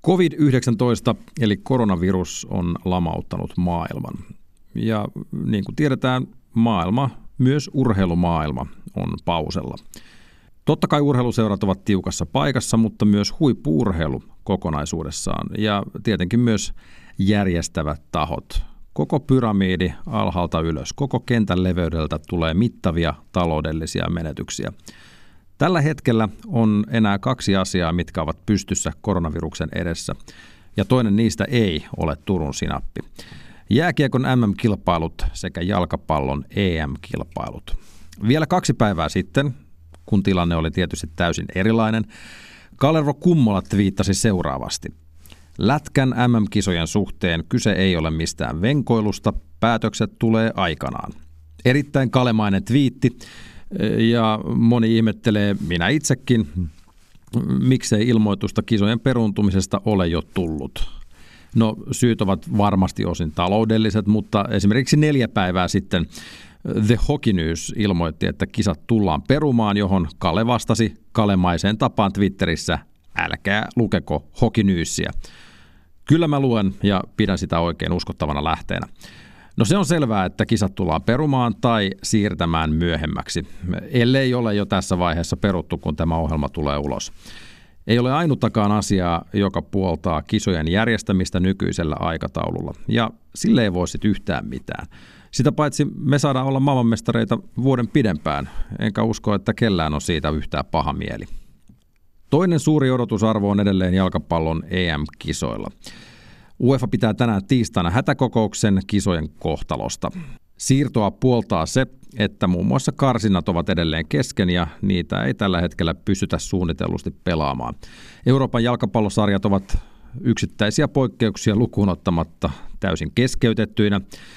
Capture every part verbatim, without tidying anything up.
covid yhdeksäntoista eli koronavirus on lamauttanut maailman. Ja niin kuin tiedetään, maailma, myös urheilumaailma, on pausella. Totta kai urheiluseurat ovat tiukassa paikassa, mutta myös huippu-urheilu kokonaisuudessaan ja tietenkin myös järjestävät tahot. Koko pyramiidi alhaalta ylös, koko kentän leveydeltä tulee mittavia taloudellisia menetyksiä. Tällä hetkellä on enää kaksi asiaa, mitkä ovat pystyssä koronaviruksen edessä, ja toinen niistä ei ole Turun Sinappi. Jääkiekon M M-kilpailut sekä jalkapallon E M-kilpailut. Vielä kaksi päivää sitten, kun tilanne oli tietysti täysin erilainen, Kalervo Kummola twiittasi seuraavasti. Lätkän M M-kisojen suhteen kyse ei ole mistään venkoilusta, päätökset tulee aikanaan. Erittäin kalemainen twiitti, ja moni ihmettelee, minä itsekin, miksei ilmoitusta kisojen peruuntumisesta ole jo tullut. No, syyt ovat varmasti osin taloudelliset, mutta esimerkiksi neljä päivää sitten The Hockey News ilmoitti, että kisat tullaan perumaan, johon Kale vastasi kalemaiseen tapaan Twitterissä, älkää lukeko Hockey Newsia. Kyllä mä luen ja pidän sitä oikein uskottavana lähteenä. No se on selvää, että kisat tullaan perumaan tai siirtämään myöhemmäksi, ellei ole jo tässä vaiheessa peruttu, kun tämä ohjelma tulee ulos. Ei ole ainuttakaan asiaa, joka puoltaa kisojen järjestämistä nykyisellä aikataululla, ja sille ei voi sitten yhtään mitään. Sitä paitsi me saadaan olla maailmanmestareita vuoden pidempään, enkä usko, että kellään on siitä yhtään paha mieli. Toinen suuri odotusarvo on edelleen jalkapallon E M-kisoilla. UEFA pitää tänään tiistaina hätäkokouksen kisojen kohtalosta. Siirtoa puoltaa se, että muun muassa karsinnat ovat edelleen kesken ja niitä ei tällä hetkellä pystytä suunnitellusti pelaamaan. Euroopan jalkapallosarjat ovat yksittäisiä poikkeuksia lukuun ottamatta täysin keskeytettyinä.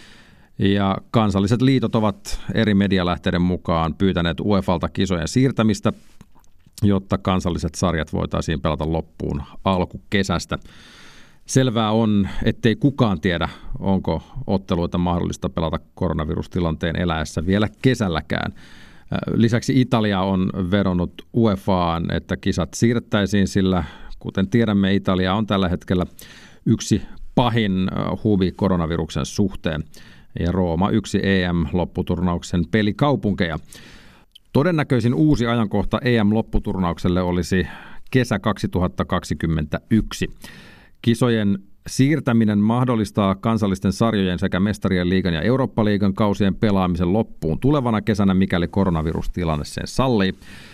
Ja kansalliset liitot ovat eri medialähteiden mukaan pyytäneet UEFalta kisojen siirtämistä, jotta kansalliset sarjat voitaisiin pelata loppuun alkukesästä. Selvää on, ettei kukaan tiedä, onko otteluita mahdollista pelata koronavirustilanteen eläessä vielä kesälläkään. Lisäksi Italia on vedonnut UEFaan, että kisat siirrettäisiin, sillä kuten tiedämme, Italia on tällä hetkellä yksi pahin hubi koronaviruksen suhteen ja Rooma yksi E M-lopputurnauksen pelikaupunkeja. Todennäköisin uusi ajankohta E M-lopputurnaukselle olisi kesä kaksituhattakaksikymmentäyksi. Kisojen siirtäminen mahdollistaa kansallisten sarjojen sekä Mestarien liigan ja Eurooppa-liigan kausien pelaamisen loppuun tulevana kesänä, mikäli koronavirustilanne sen sallii.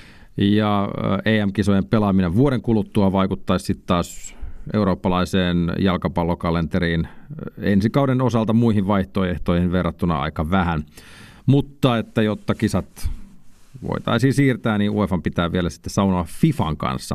Ja E M-kisojen pelaaminen vuoden kuluttua vaikuttaisi sitten taas eurooppalaiseen jalkapallokalenteriin ensi kauden osalta muihin vaihtoehtoihin verrattuna aika vähän. Mutta että jotta kisat voitaisiin siirtää, niin UEFan pitää vielä sitten saunoa FIFAn kanssa.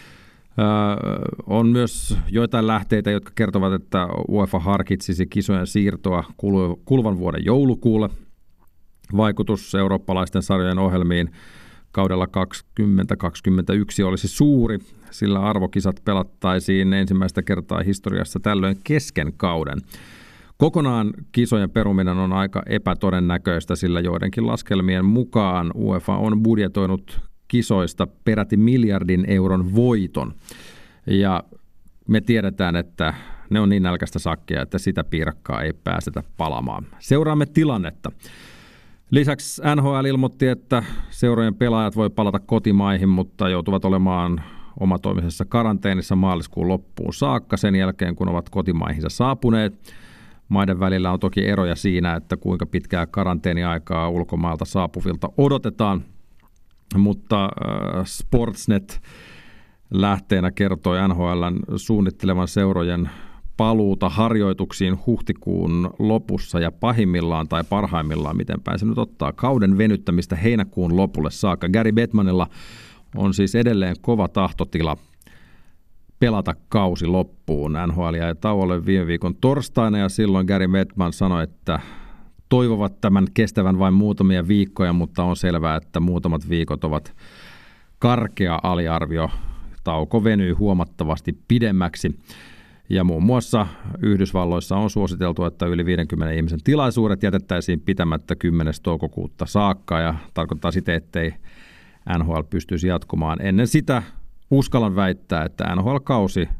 Öö, on myös joitain lähteitä, jotka kertovat, että UEFA harkitsisi kisojen siirtoa kuluvan vuoden joulukuulle. Vaikutus eurooppalaisten sarjojen ohjelmiin kaudella kaksikymmentä kaksikymmentäyksi olisi suuri, sillä arvokisat pelattaisiin ensimmäistä kertaa historiassa tällöin kesken kauden. Kokonaan kisojen peruminen on aika epätodennäköistä, sillä joidenkin laskelmien mukaan UEFA on budjetoinut kisoista peräti miljardin euron voiton. Ja me tiedetään, että ne on niin nälkäistä sakkia, että sitä piirakkaa ei päästetä palamaan. Seuraamme tilannetta. Lisäksi N H L ilmoitti, että seurojen pelaajat voi palata kotimaihin, mutta joutuvat olemaan omatoimisessa karanteenissa maaliskuun loppuun saakka sen jälkeen, kun ovat kotimaihinsa saapuneet. Maiden välillä on toki eroja siinä, että kuinka pitkää karanteeniaikaa ulkomailta saapuvilta odotetaan, mutta Sportsnet lähteenä kertoi N H L:n suunnittelevan seurojen paluuta harjoituksiin huhtikuun lopussa ja pahimmillaan tai parhaimmillaan, miten päin se nyt ottaa, kauden venyttämistä heinäkuun lopulle saakka. Gary Bettmanilla on siis edelleen kova tahtotila pelata kausi loppuun. N H L jäi tauolle viime viikon torstaina ja silloin Gary Bettman sanoi, että toivovat tämän kestävän vain muutamia viikkoja, mutta on selvää, että muutamat viikot ovat karkea aliarvio. Tauko venyy huomattavasti pidemmäksi. Ja muun muassa Yhdysvalloissa on suositeltu, että yli viidenkymmenen ihmisen tilaisuudet jätettäisiin pitämättä kymmenes toukokuuta saakka. Ja tarkoittaa sitä, ettei N H L pystyisi jatkumaan. Ennen sitä uskallan väittää, että N H L-kausi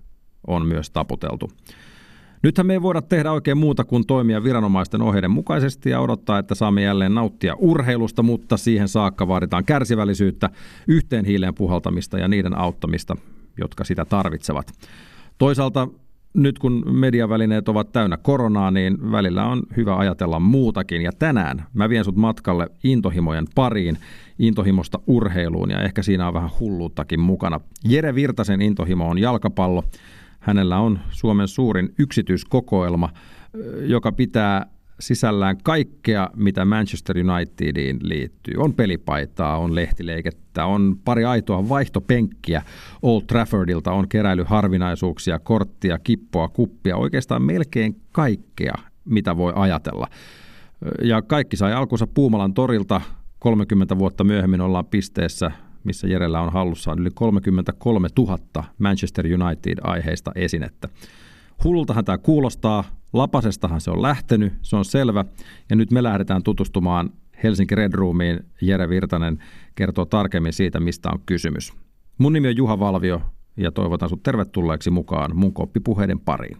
on myös taputeltu. Nythän me ei voida tehdä oikein muuta kuin toimia viranomaisten ohjeiden mukaisesti ja odottaa, että saamme jälleen nauttia urheilusta, mutta siihen saakka vaaditaan kärsivällisyyttä, yhteen hiileen puhaltamista ja niiden auttamista, jotka sitä tarvitsevat. Toisaalta nyt kun mediavälineet ovat täynnä koronaa, niin välillä on hyvä ajatella muutakin. Ja tänään mä vien sut matkalle intohimojen pariin, intohimosta urheiluun ja ehkä siinä on vähän hulluuttakin mukana. Jere Virtasen intohimo on jalkapallo. Hänellä on Suomen suurin yksityiskokoelma, joka pitää sisällään kaikkea, mitä Manchester Unitediin liittyy. On pelipaitaa, on lehtileikettä, on pari aitoa vaihtopenkkiä Old Traffordilta, on keräilyharvinaisuuksia, korttia, kippoa, kuppia, oikeastaan melkein kaikkea, mitä voi ajatella. Ja kaikki sai alkunsa Puumalan torilta. kolmekymmentä vuotta myöhemmin ollaan pisteessä, missä Jerellä on hallussaan yli kolmekymmentäkolmetuhatta Manchester United-aiheista esinettä. Hullultahan tämä kuulostaa, lapasestahan se on lähtenyt, se on selvä, ja nyt me lähdetään tutustumaan Helsinki Red Roomiin. Jere Virtanen kertoo tarkemmin siitä, mistä on kysymys. Mun nimi on Juha Valvio, ja toivotan sut tervetulleeksi mukaan mun koppipuheiden pariin.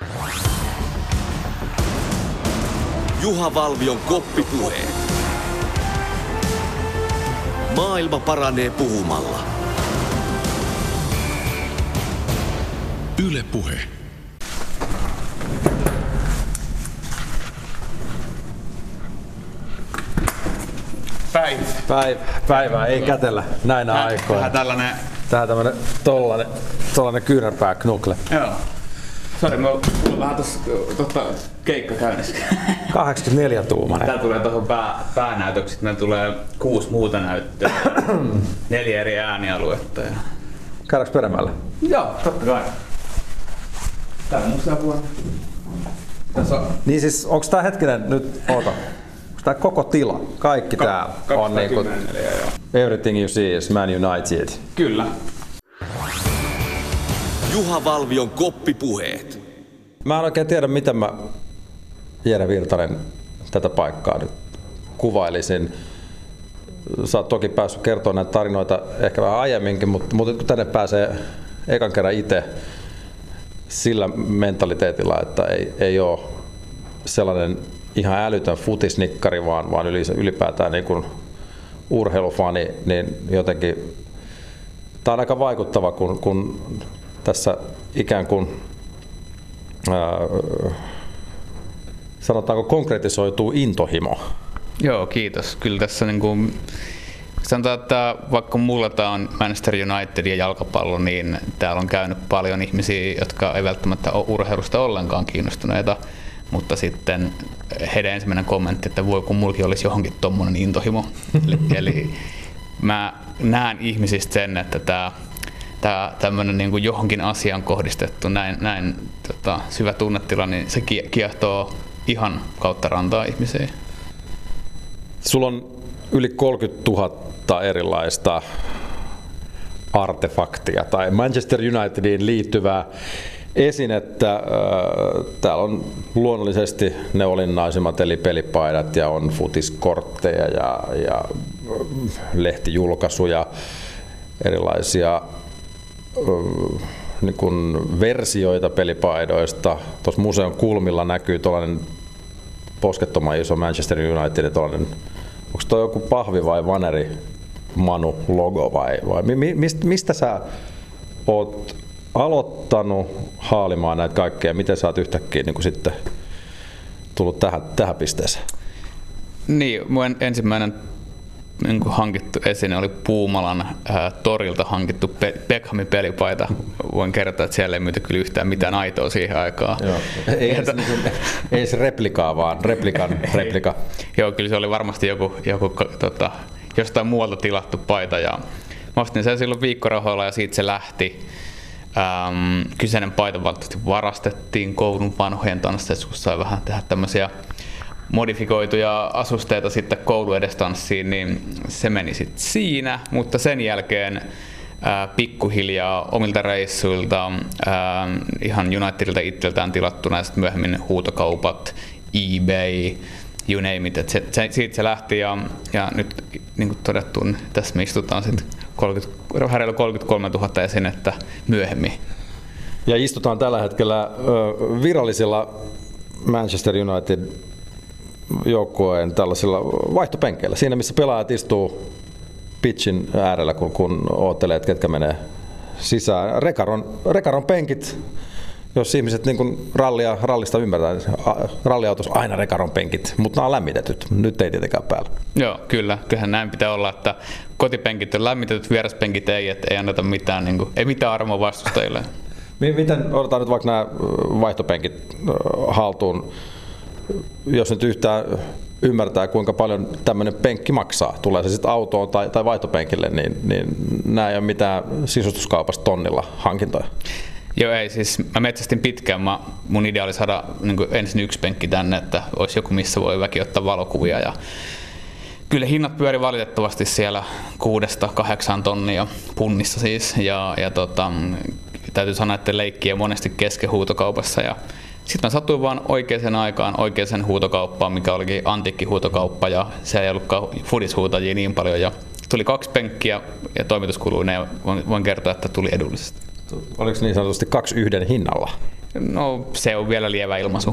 Juha Valvion koppipuheet. Maailma paranee puhumalla. Yle Puhe. Päivä. Päivä. Päivää ei kätellä näinä Tää, aikoina. Vähän tällainen... Tää tämmönen tollanen, tollanen kyynärpää knukle. Joo. Sori, mulla on vähän tossa totta, keikka käynnissä. kahdeksankymmentäneljä tuumainen. Tää tulee tohon pää, päänäytöksi, meillä tulee kuusi muuta näyttöä. Neljä eri äänialuetta. Ja... Käydäänkö peremmällä? Joo, totta kai. Tää on musta vuonna. Tässä on... Niin siis, onks tää hetkinen nyt, oota. Onks tää koko tila? Kaikki Ka- täällä on niinku... Everything you see is Man United. Kyllä. Juha Valvion koppipuheet. Mä en oikein tiedä, miten mä Jere Virtanen tätä paikkaa nyt kuvailisin. Sä oot toki päässyt kertomaan näitä tarinoita ehkä vähän aiemminkin, mutta, mutta kun tänne pääsee ekan kerran itse sillä mentaliteetilla, että ei, ei ole sellainen ihan älytön futisnikkari, vaan, vaan ylipäätään niin kuin urheilufani, niin jotenkin tämä on aika vaikuttava, kun, kun tässä ikään kuin ää, sanotaanko konkretisoituu intohimo. Joo, kiitos. Kyllä tässä niin kuin, sanotaan, että vaikka mulla tämä on Manchester United ja jalkapallo, niin täällä on käynyt paljon ihmisiä, jotka ei välttämättä ole urheilusta ollenkaan kiinnostuneita, mutta sitten heidän ensimmäinen kommentti, että voi kun mullakin olisi johonkin tommonen intohimo. eli, eli mä näen ihmisistä sen, että tämä Tämä tämmöinen niin kuin johonkin asiaan kohdistettu näin, näin tota, syvä tunnetila, niin se kiehtoo ihan kautta rantaa ihmisiä. Sulla on yli kolmekymmentätuhatta erilaista artefaktia tai Manchester Unitediin liittyvää esinettä. Täällä on luonnollisesti ne olinnaisimmat eli pelipaidat ja on futiskortteja ja, ja lehtijulkaisuja, erilaisia niin kuin versioita pelipaidoista. Tuossa museon kulmilla näkyy tuollainen poskettoman iso Manchester United, tuollainen, onko tuo joku pahvi vai vaneri Manu logo vai, vai mistä, mistä sä oot aloittanut haalimaan näitä kaikkea, miten sä oot yhtäkkiä niin kuin sitten tullut tähän, tähän pisteeseen? Niin, mun ensimmäinen niin kuin hankittu esine oli Puumalan ää, torilta hankittu Pe- Beckhamin pelipaita. Voin kertoa, että siellä ei myyty kyllä yhtään mitään aitoa siihen aikaan. Joo. Ei, edes, niin kuin, ei se replikaa, vaan replikan replika. Joo, kyllä se oli varmasti joku, joku tota, jostain muualta tilattu paita. Ja mä ostin sen silloin viikkorahoilla ja siitä se lähti. Ähm, kyseinen paita valitettavasti varastettiin koulun vanhojen tanssijat, sai vähän tehdä tämmöisiä modifikoituja asusteita sitten koulu edestanssiin, niin se meni sitten siinä, mutta sen jälkeen ää, pikkuhiljaa omilta reissuilta, ää, ihan Unitedilta itseltään tilattuna ja sitten myöhemmin huutokaupat, eBay, you name it, se, se, siitä se lähti ja, ja nyt niin kuin todettu, niin tässä me istutaan sitten kolmekymmentä kolmekymmentäkolmetuhatta esinettä myöhemmin. Ja istutaan tällä hetkellä virallisilla Manchester United joukkueen tällaisilla vaihtopenkeillä. Siinä missä pelaajat istuu pitchin äärellä, kun, kun oottelee, että ketkä menee sisään. Rekaron, Rekaron penkit, jos ihmiset niin kuin rallia, rallista ymmärtää, niin ralliautossa aina Rekaron penkit, mutta nämä on lämmitetyt. Nyt ei tietenkään päällä. Joo, kyllä. Kyllähän näin pitää olla, että kotipenkit on lämmitetyt, vieraspenkit ei, että ei anneta mitään, niin kuin, ei mitään armoa vastustajille. Miten otetaan nyt vaikka nämä vaihtopenkit haltuun, jos nyt yhtään ymmärtää, kuinka paljon tämmöinen penkki maksaa, tulee se sitten autoon tai, tai vaihtopenkille, niin, niin nämä ei ole mitään sisustuskaupasta tonnilla hankintoja. Joo, ei, siis mä metsästin pitkään. Mä, mun idea oli saada niin kuin ensin yksi penkki tänne, että olisi joku, missä voi väki ottaa valokuvia. Ja kyllä hinnat pyöri valitettavasti siellä kuudesta kahdeksaan tonnia punnissa siis. Ja, ja tota, täytyy sanoa, että leikkiä monesti kesken huutokaupassa. Ja sitten mä satuin vaan oikeaan aikaan oikeaan huutokauppaan, mikä olikin antiikkihuutokauppa. Ja se ei ollutkaan fudishuutajia niin paljon. Ja tuli kaksi penkkiä ja toimituskuluineen. Ja voin kertoa, että tuli edullisesti. Oliko niin sanotusti kaksi yhden hinnalla? No se on vielä lievä ilmaisu.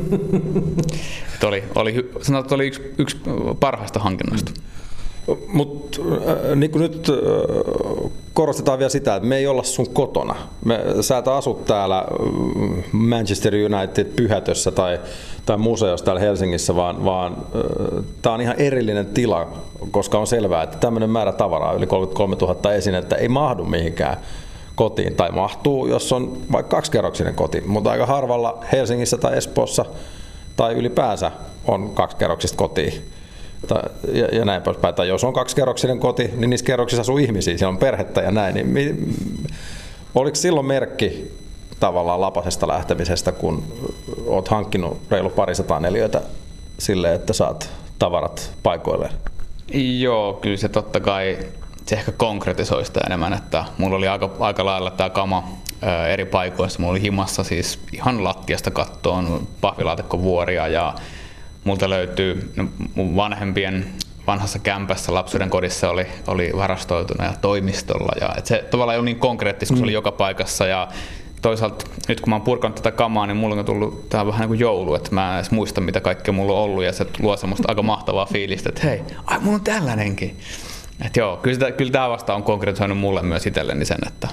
oli, oli, sanotaan, että oli yksi, yksi parhaista hankinnoista. Mutta äh, niin nyt äh, korostetaan vielä sitä, että me ei olla sun kotona. Me, sä et asut täällä Manchester United Pyhätössä tai, tai museossa täällä Helsingissä, vaan, vaan äh, tämä on ihan erillinen tila, koska on selvää, että tämmöinen määrä tavaraa, yli kolmekymmentäkolmetuhatta esinettä, ei mahdu mihinkään kotiin, tai mahtuu, jos on vaikka kaksikerroksinen koti, mutta aika harvalla Helsingissä tai Espoossa tai ylipäänsä on kaksikerroksista kotia. Ja, ja näin poispäin. Tai jos on kaksikerroksinen koti, niin niissä kerroksissa asuu ihmisiä, siellä on perhettä ja näin. Niin mi, oliko silloin merkki tavallaan lapasesta lähtemisestä, kun olet hankkinut reilu parisataa neliötä silleen, että saat tavarat paikoilleen? Joo, kyllä se totta kai se ehkä konkretisoi sitä enemmän, että mulla oli aika, aika lailla tämä kama ää, eri paikoissa. Mulla oli himassa siis ihan lattiasta kattoon pahvilaatikkovuoria ja multa löytyy no, mun vanhempien vanhassa kämpässä lapsuuden kodissa oli, oli varastoituna ja toimistolla. Ja, et se tavallaan ei ollut niin konkreettista, kun se oli joka paikassa. Ja toisaalta nyt kun mä oon purkanut tätä kamaa, niin mulla on tullut tää vähän niin kuin joulu, että mä en edes muista mitä kaikkea mulla on ollut ja se luo semmoista aika mahtavaa fiilistä, että hei, ai mulla on tällainenkin. Et joo, kyllä, sitä, kyllä tää vasta on konkretisoinut mulle myös itselleni sen, että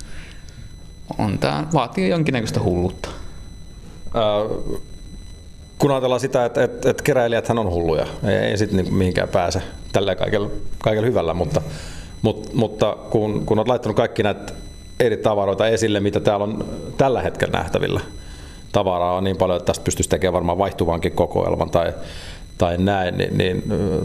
on tää, vaatii jonkinnäköistä hulluutta. Äh, kun ajatellaan sitä, että, että, että keräilijäthän on hulluja, ei, ei sitten niin mihinkään pääse tällä kaikella, kaikella hyvällä, mutta, mutta, mutta kun, kun olet laittanut kaikki näitä eri tavaroita esille, mitä täällä on tällä hetkellä nähtävillä, tavaraa on niin paljon, että tästä pystyisi tekemään varmaan vaihtuvankin kokoelman tai, tai näin, niin, niin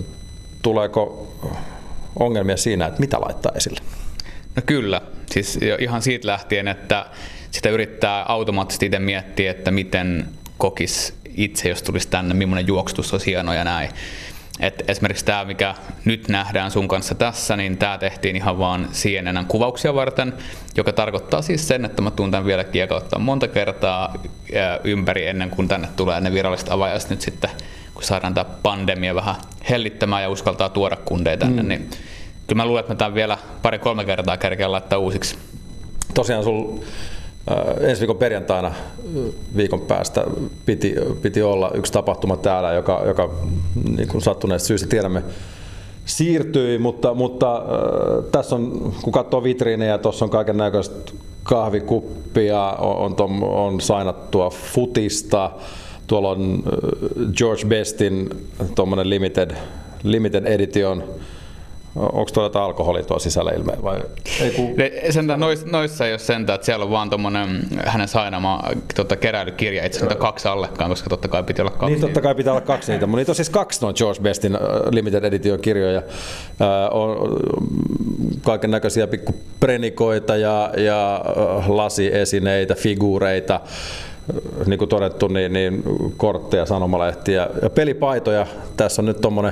tuleeko ongelmia siinä, että mitä laittaa esille? No kyllä, siis ihan siitä lähtien, että sitä yrittää automaattisesti itse miettiä, että miten kokisi itse, jos tulisi tänne, millainen juoksutus olisi hieno ja näin. Et esimerkiksi tämä, mikä nyt nähdään sun kanssa tässä, niin tämä tehtiin ihan vaan C N N:n kuvauksia varten, joka tarkoittaa siis sen, että mä tuun tämän vielä kiekauttaa monta kertaa ympäri ennen kuin tänne tulee ne viralliset avajaiset nyt sitten, kun saadaan tämä pandemia vähän hellittämään ja uskaltaa tuoda kundeja tänne, mm. niin kyllä mä luulen, että mä tämän vielä pari-kolme kertaa kerkeän laittaa uusiksi. Tosiaan sul Äh, ensi viikon perjantaina viikon päästä piti, piti olla yksi tapahtuma täällä, joka, joka niin kuin sattuneesta syystä tiedämme siirtyi, mutta, mutta äh, tässä on, kun katsoo vitriinejä, tuossa on kaiken näköistä kahvikuppia, on, on, on sainattua futista, tuolla on George Bestin tuommoinen limited, limited edition. Onko tuolla jotain alkoholia tuolla sisällä ilmeen vai ei kun... Sentään noissa, noissa ei ole sentään, että siellä on vaan tuommoinen hänen sainama tota, keräilykirja, itse asiassa kaikki allekaan, koska totta kai pitää olla kaksi. Niin totta kai pitää olla kaksi niitä, mutta niitä on siis kaksi noin George Bestin limited edition kirjoja. Äh, on kaiken näköisiä pikku prenikoita ja, ja lasiesineitä, figuureita. Niin kuin todettu, niin, niin kortteja, sanomalehtiä ja pelipaitoja. Tässä on nyt tuommoinen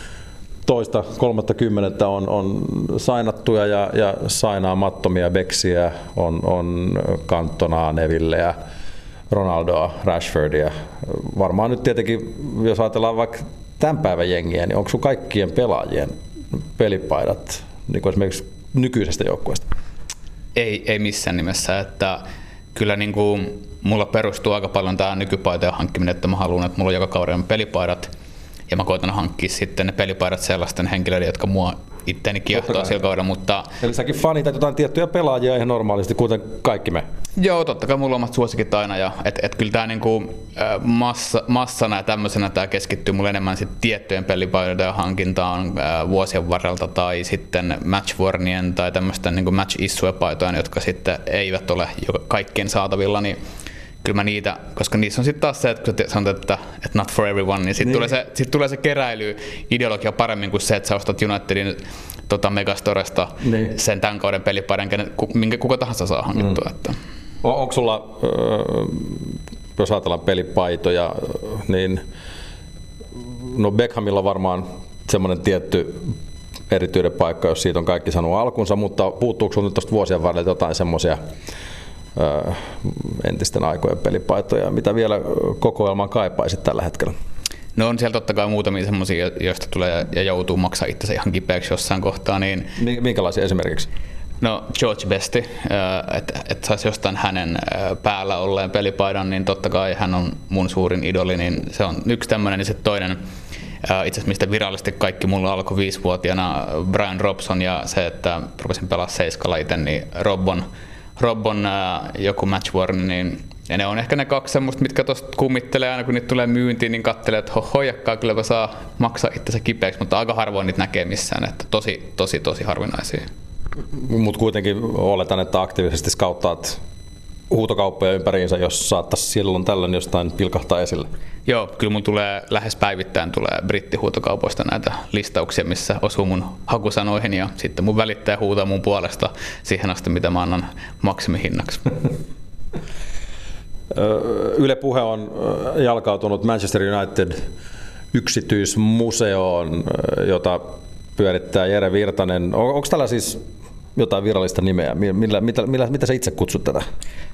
toista kolmattakymmenettä on, on sainattuja ja, ja sainaamattomia beksiä, on, on Cantonaa, Nevilleä, Ronaldoa, Rashfordia. Varmaan nyt tietenkin, jos ajatellaan vaikka tämän päivän jengiä, niin onko sun kaikkien pelaajien pelipaidat niin kuin esimerkiksi nykyisestä joukkueesta? Ei, ei missään nimessä. Että kyllä niin kuin mulla perustuu aika paljon tämä nykypaitojen hankkiminen, että mä haluan, että mulla on joka kauden pelipaidat ja mä koitan hankkia sitten ne pelipaidat sellaisten henkilöiden, jotka mua itteeni kiehtoo sillä kaudella, mutta... Eli säkin fanit jotain tiettyjä pelaajia ihan normaalisti, kuten kaikki me. Joo, totta kai mulla on omat suosikit aina, ja et, et kyllä tämä niinku, massa, massana ja tämmöisenä tämä keskittyy mulle enemmän sit tiettyjen pelipaidojen hankintaan ää, vuosien varrelta, tai sitten matchwarnien tai tämmöisten niinku match-issue-paitojen, jotka sitten eivät ole kaikkien saatavilla, niin kyllä mä niitä, koska niissä on sitten taas se, että kun sanotaan, että, että not for everyone, niin sitten niin. tulee, se, sit tulee se keräilyideologia paremmin kuin se, että sä ostat Unitedin tota, Megastoresta niin. sen tämän kauden pelipaidan, minkä kuka tahansa saa hankittua. Mm. Että. On, onko sulla, jos ajatellaan pelipaitoja, niin no Beckhamilla varmaan semmoinen tietty erityinen paikka, jos siitä on kaikki sanoo alkunsa, mutta puuttuuko sinulla nyt tuosta vuosien varrella jotain semmoisia entisten aikojen pelipaitoja, mitä vielä kokoelmaan kaipaisit tällä hetkellä? No on siellä totta kai muutamia semmoisia, joista tulee ja joutuu maksaa itsensä ihan kipeäksi jossain kohtaa. Niin minkälaisia esimerkiksi? No George Besti, että et saisi jostain hänen päällä olleen pelipaidan, niin totta kai hän on mun suurin idoli, niin se on yksi tämmöinen, niin se toinen, itse asiassa mistä virallisesti kaikki mulla alkoi viisivuotiaana, Brian Robson ja se, että rupesin pelaa seiskalla itse, niin Robbon Robbon äh, joku matchwarni, niin ja ne on ehkä ne kaksi semmoista, mitkä tuosta kummittelee aina kun niitä tulee myyntiin, niin katselee, että hoijakkaa kylläpä saa maksaa itsensä kipeäksi, mutta aika harvoin niitä näkee missään, että tosi, tosi, tosi harvinaisia. Mutta kuitenkin oletan, että aktiivisesti skauttaat huutokauppoja ympäriinsä, jos saattaisi silloin tällöin jostain pilkahtaa esille. Joo, kyllä mun tulee lähes päivittäin tulee brittihuutokaupoista näitä listauksia, missä osuu mun hakusanoihin ja sitten mun välittäjä huutaa mun puolesta siihen asti, mitä mä annan maksimihinnaksi. Yle Puhe on jalkautunut Manchester United yksityismuseoon, jota pyörittää Jere Virtanen. On, onko tällä siis jotain virallista nimeä? Millä, mitä, millä, mitä sä itse kutsut tätä?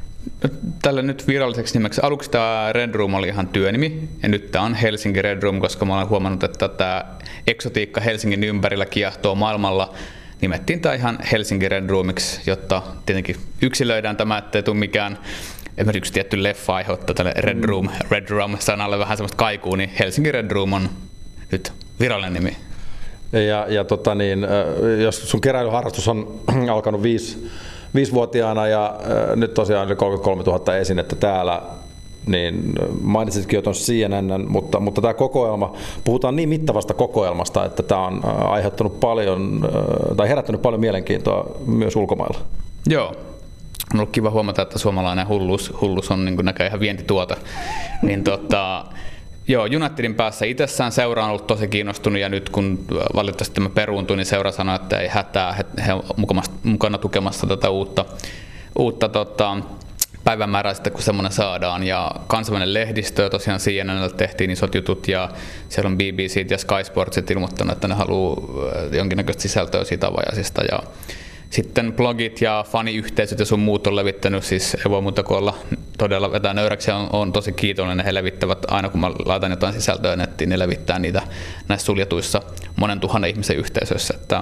Tällä nyt viralliseksi nimeksi. Aluksi tämä Red Room oli ihan työnimi, ja nyt tämä on Helsinki Red Room, koska mä olen huomannut, että tämä eksotiikka Helsingin ympärillä kiehtoo maailmalla. Nimettiin tämä ihan Helsinki Red Roomiksi, jotta tietenkin yksilöidään tämä, ettei tule mikään esimerkiksi tietty leffa aiheuttaa tälle Red Room, Red Room-sanalle vähän semmoista kaikua, niin Helsinki Red Room on nyt virallinen nimi. Ja, ja tota niin, jos sun keräilyharrastus on alkanut viisi, viisivuotiaana ja nyt tosiaan yli kolmekymmentäkolmetuhatta esinettä täällä, niin mainitsitkin jo tuon C N N, mutta, mutta tämä kokoelma, puhutaan niin mittavasta kokoelmasta, että tämä on aiheuttanut paljon, tai herättänyt paljon mielenkiintoa myös ulkomailla. Joo. On ollut kiva huomata, että suomalainen hullus, hullus on niin näköjään ihan vientituote. Niin tota, joo, Unitedin päässä itsessään seura on ollut tosi kiinnostunut ja nyt kun valitettavasti mä peruuntuin, niin seura sanoi, että ei hätää, he ovat mukana tukemassa tätä uutta, uutta tota, päivämäärää sitten, kun semmoinen saadaan. Ja kansainvälinen lehdistö, tosiaan C N N:llä tehtiin isot jutut ja siellä on B B C ja Sky Sportsit ilmoittanut, että ne haluaa jonkinnäköistä sisältöä siitä avajaisista. Ja sitten blogit ja faniyhteisöt ja sun muut on levittänyt, siis ei voi muuta kuin olla todella vetää nöyräksi ja on, on tosi kiitollinen. He levittävät aina kun mä laitan jotain sisältöä nettiin, ne levittää niitä näissä suljetuissa monen tuhannen ihmisen yhteisöissä. Että,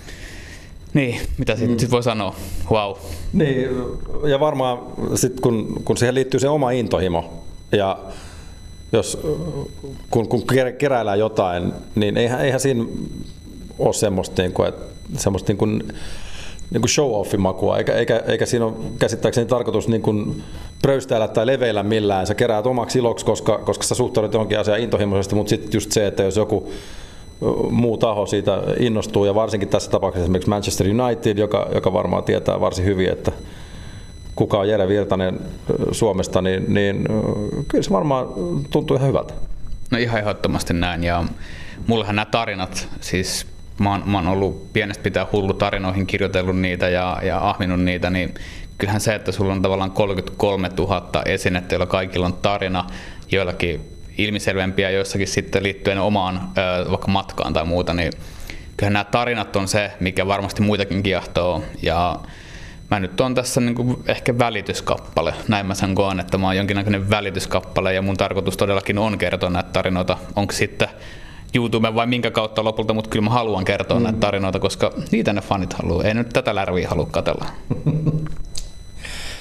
niin, mitä sitten mm. sit voi sanoa? Wow. Niin, ja varmaan sit kun, kun siihen liittyy se oma intohimo ja jos, kun, kun keräillään jotain, niin eihän, eihän siinä ole semmoista, niin kuin, että, semmoista niin kuin, niin kuin show-offin makua, eikä, eikä, eikä siinä ole käsittääkseni tarkoitus niin kuin pröystäillä tai leveillä millään. Sä keräät omaksi iloksi, koska, koska sä suhtaudut johonkin asiaan intohimoisesti, mutta sitten just se, että jos joku muu taho siitä innostuu, ja varsinkin tässä tapauksessa esimerkiksi Manchester United, joka, joka varmaan tietää varsin hyvin, että kuka on Jere Virtanen Suomesta, niin, niin kyllä se varmaan tuntuu ihan hyvältä. No ihan ehdottomasti näin, ja mullehan nämä tarinat, siis mä oon, mä oon ollut pienestä pitää hullu tarinoihin, kirjoitellut niitä ja, ja ahminut niitä, niin kyllähän se, että sulla on tavallaan kolmekymmentäkolmetuhatta esinettä, joilla kaikilla on tarina, joillakin ilmiselvempiä, joissakin sitten liittyen omaan ö, vaikka matkaan tai muuta, niin kyllähän nämä tarinat on se, mikä varmasti muitakin kiehtoo, ja mä nyt oon tässä niin kuin ehkä välityskappale, näin mä sen koen, että mä oon jonkinnäköinen välityskappale, ja mun tarkoitus todellakin on kertoa näitä tarinoita, onko sitten YouTube vai minkä kautta lopulta, mutta kyllä mä haluan kertoa mm. näitä tarinoita, koska niitä ne fanit haluaa. Ei nyt tätä lärviä halua katsella.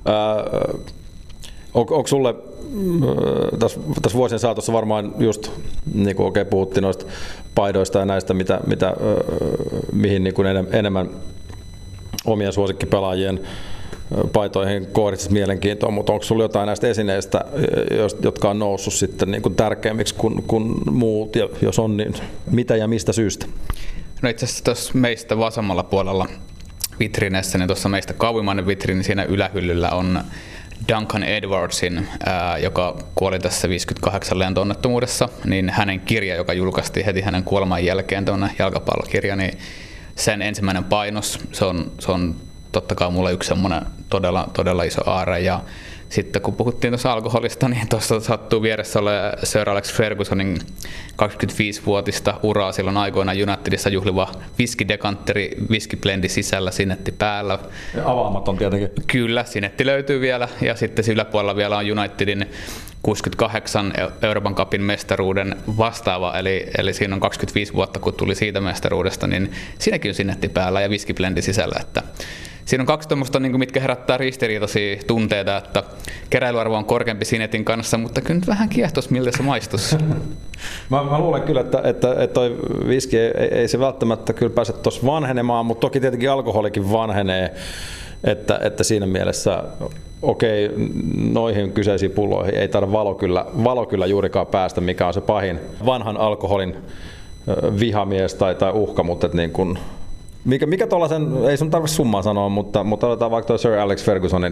On, onko sulle tässä, tässä vuosien saatossa varmaan just, niin kuin oikein puhuttiin noista paidoista ja näistä, mitä, mitä, mihin niin kuin enemmän omien suosikkipelaajien paitoihin kohdistus mielenkiintoa, mutta onko sulla jotain näistä esineistä, jotka on noussut sitten niin kuin tärkeämmiksi kuin, kuin muut, ja jos on, niin mitä ja mistä syystä? No itse asiassa tuossa meistä vasemmalla puolella vitriinessä, niin tuossa meistä kauimmainen vitriini siinä ylähyllyllä on Duncan Edwardsin, ää, joka kuoli tässä viisikymmentäkahdeksan lento-onnettomuudessa, niin hänen kirja, joka julkaistiin heti hänen kuoleman jälkeen, tuonne jalkapallokirja, niin sen ensimmäinen painos, se on, se on totta kai mulle yksi semmoinen todella, todella iso aare. Ja sitten kun puhuttiin tuossa alkoholista, niin tuossa sattuu vieressä ole Sir Alex Fergusonin kaksikymmentäviisivuotista uraa silloin aikoinaan Unitedissa juhliva viskidekantteri, viskiblendi sisällä, sinetti päällä. Ja avaamaton tietenkin. Kyllä, sinetti löytyy vielä. Ja sitten yläpuolella vielä on Unitedin kuusikymmentäkahdeksan Euroopan cupin mestaruuden vastaava, eli, eli siinä on kaksikymmentäviisi vuotta, kun tuli siitä mestaruudesta, niin siinäkin on sinetti päällä ja viskiblendi sisällä. Että siinä on kaksi tuommoista, mitkä herättää ristiriitaisia tunteita, että keräilyarvo on korkeampi sinetin kanssa, mutta kyllä nyt vähän kiehtos, miltä se maistuisi. Mä, mä luulen kyllä, että, että, että toi viski ei, ei se välttämättä kyllä pääse tuossa vanhenemaan, mutta toki tietenkin alkoholikin vanhenee, että, että siinä mielessä okei, noihin kyseisiin pulloihin ei taida valo kyllä, valo kyllä juurikaan päästä, mikä on se pahin vanhan alkoholin vihamies tai, tai uhka, mutta että niin kun, mikä, mikä tuollaisen, ei sun tarvitse summaa sanoa, mutta, mutta otetaan vaikka tuo Sir Alex Fergusonin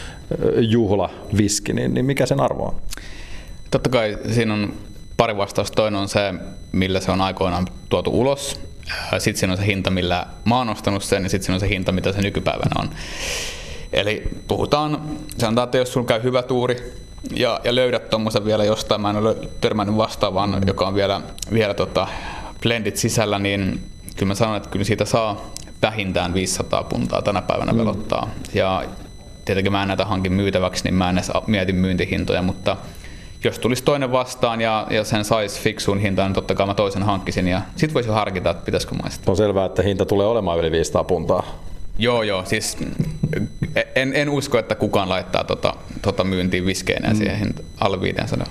juhlaviski, niin, niin mikä sen arvo on? Totta kai siinä on pari vastausta. Toinen on se, millä se on aikoinaan tuotu ulos. Sitten siinä on se hinta, millä mä oon ostanut sen, ja sitten siinä on se hinta, mitä se nykypäivänä on. Eli puhutaan, sanotaan, että jos sulla käy hyvä tuuri ja, ja löydät tuommoisen vielä jostain, mä en ole törmännyt vastaavaan, joka on vielä, vielä tota blendit sisällä, niin kyllä mä sanon, että kyllä siitä saa vähintään viisisataa puntaa tänä päivänä velottaa. Mm. Ja tietenkin mä en näitä hankin myytäväksi, niin mä en edes mieti myyntihintoja, mutta jos tulisi toinen vastaan ja, ja sen saisi fiksuun hintaan, niin totta kai mä toisen hankkisin ja sit voisi harkita, että pitäisikö maistaa. On selvää, että hinta tulee olemaan yli viisisataa puntaa. Joo, joo. Siis en, en usko, että kukaan laittaa tota, tota myyntiin viskeineen mm. siihen alle viisisataa.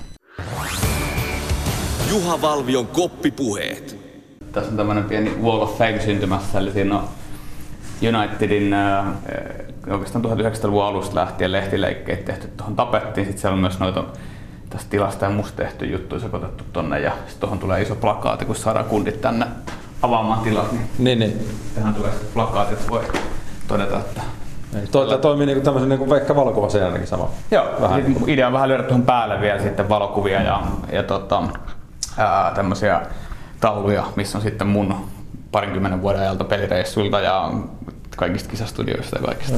Juha Valvion koppipuheet. Tässä on tämmöinen pieni Wall of Fame syntymässä, eli siinä on Unitedin äh, oikeastaan tuhatyhdeksänsataaluvun alusta lähtien lehtileikkeet tehty tuohon tapettiin. Sitten siellä on myös noita tästä tilasta ja musta tehty juttuja sekoitettu tonne ja sitten tuohon tulee iso plakaati, kun saadaan kundit tänne avaamaan tilat. Niin, niin, niin. Tähän tulee sitten plakaati, että voi todeta, että Toi toimii niinku tämmöisen niinku Veikka valokuvaseinänkin sama. Joo, vähän. Idea on vähän lyödä tuohon päälle vielä sitten valokuvia ja, ja tota, ää, tämmöisiä tauluja, missä on sitten mun parinkymmenen vuoden ajalta pelireissuilta ja kaikista kisastudioista ja kaikista.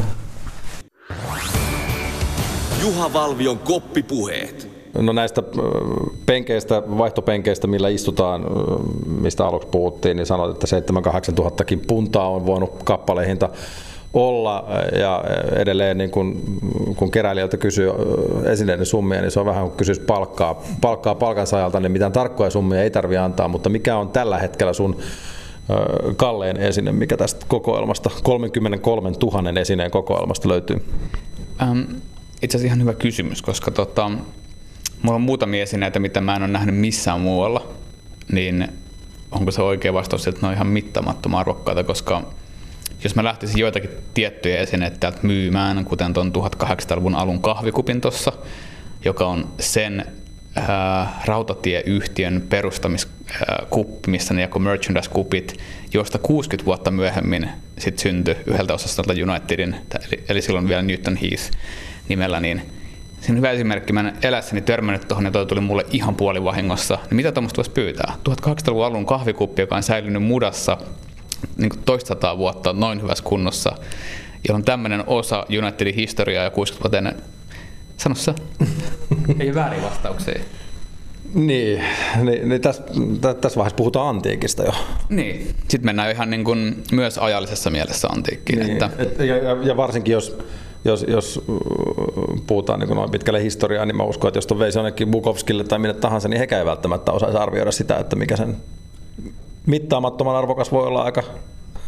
Juha Valvion koppipuheet. No näistä penkeistä, vaihtopenkeistä, millä istutaan, mistä aluksi puhuttiin, niin sanoit, että seitsemän kahdeksan tuhattakin puntaa on voinut kappalehinta olla ja edelleen niin kun, kun keräilijältä kysyy esineiden summia, niin se on vähän kuin kysyisi palkkaa, palkkaa palkansaajalta, niin mitään tarkkoja summia ei tarvitse antaa, mutta mikä on tällä hetkellä sun kallein esine, mikä tästä kokoelmasta, kolmekymmentäkolmetuhatta esineen kokoelmasta löytyy? Ähm, itse asiassa ihan hyvä kysymys, koska tota, mulla on muutamia esineitä, mitä mä en ole nähnyt missään muualla, niin onko se oikea vastaus, että ne on ihan mittaamattoman arvokkaita, koska jos mä lähtisin joitakin tiettyjä esineitä täältä myymään, kuten tuon tuhatkahdeksansataaluvun alun kahvikupin tuossa, joka on sen ää, rautatieyhtiön perustamiskuppi, missä ne jakoi merchandise-kupit, josta kuusikymmentä vuotta myöhemmin sit syntyi yhdeltä osastolta Unitedin, eli, eli silloin vielä Newton Heath nimellä, niin se on hyvä esimerkki. Mä en elässäni törmännyt tuohon ja toi tuli mulle ihan puolivahingossa. Niin mitä tuommoista voisi pyytää? tuhatkahdeksansataaluvun alun kahvikuppi, joka on säilynyt mudassa niin toistasataa vuotta noin hyvässä kunnossa, jolla on tämmöinen osa Unitedin historiaa ja kuusikymmentä vuotta ennen. Sano sä. Ei ole väärin vastauksia. Niin, niin, niin tässä, tässä vaiheessa puhutaan antiikista jo. Niin, sitten mennään ihan niin kuin myös ajallisessa mielessä antiikkiin. Niin, että et, ja, ja varsinkin jos, jos, jos puhutaan niin noin pitkälle historiaa, niin mä uskon, että jos tuon veisi jonnekin Bukowskille tai minne tahansa, niin hekään ei välttämättä osaisi arvioida sitä, että mikä sen mittaamattoman arvokas voi olla aika,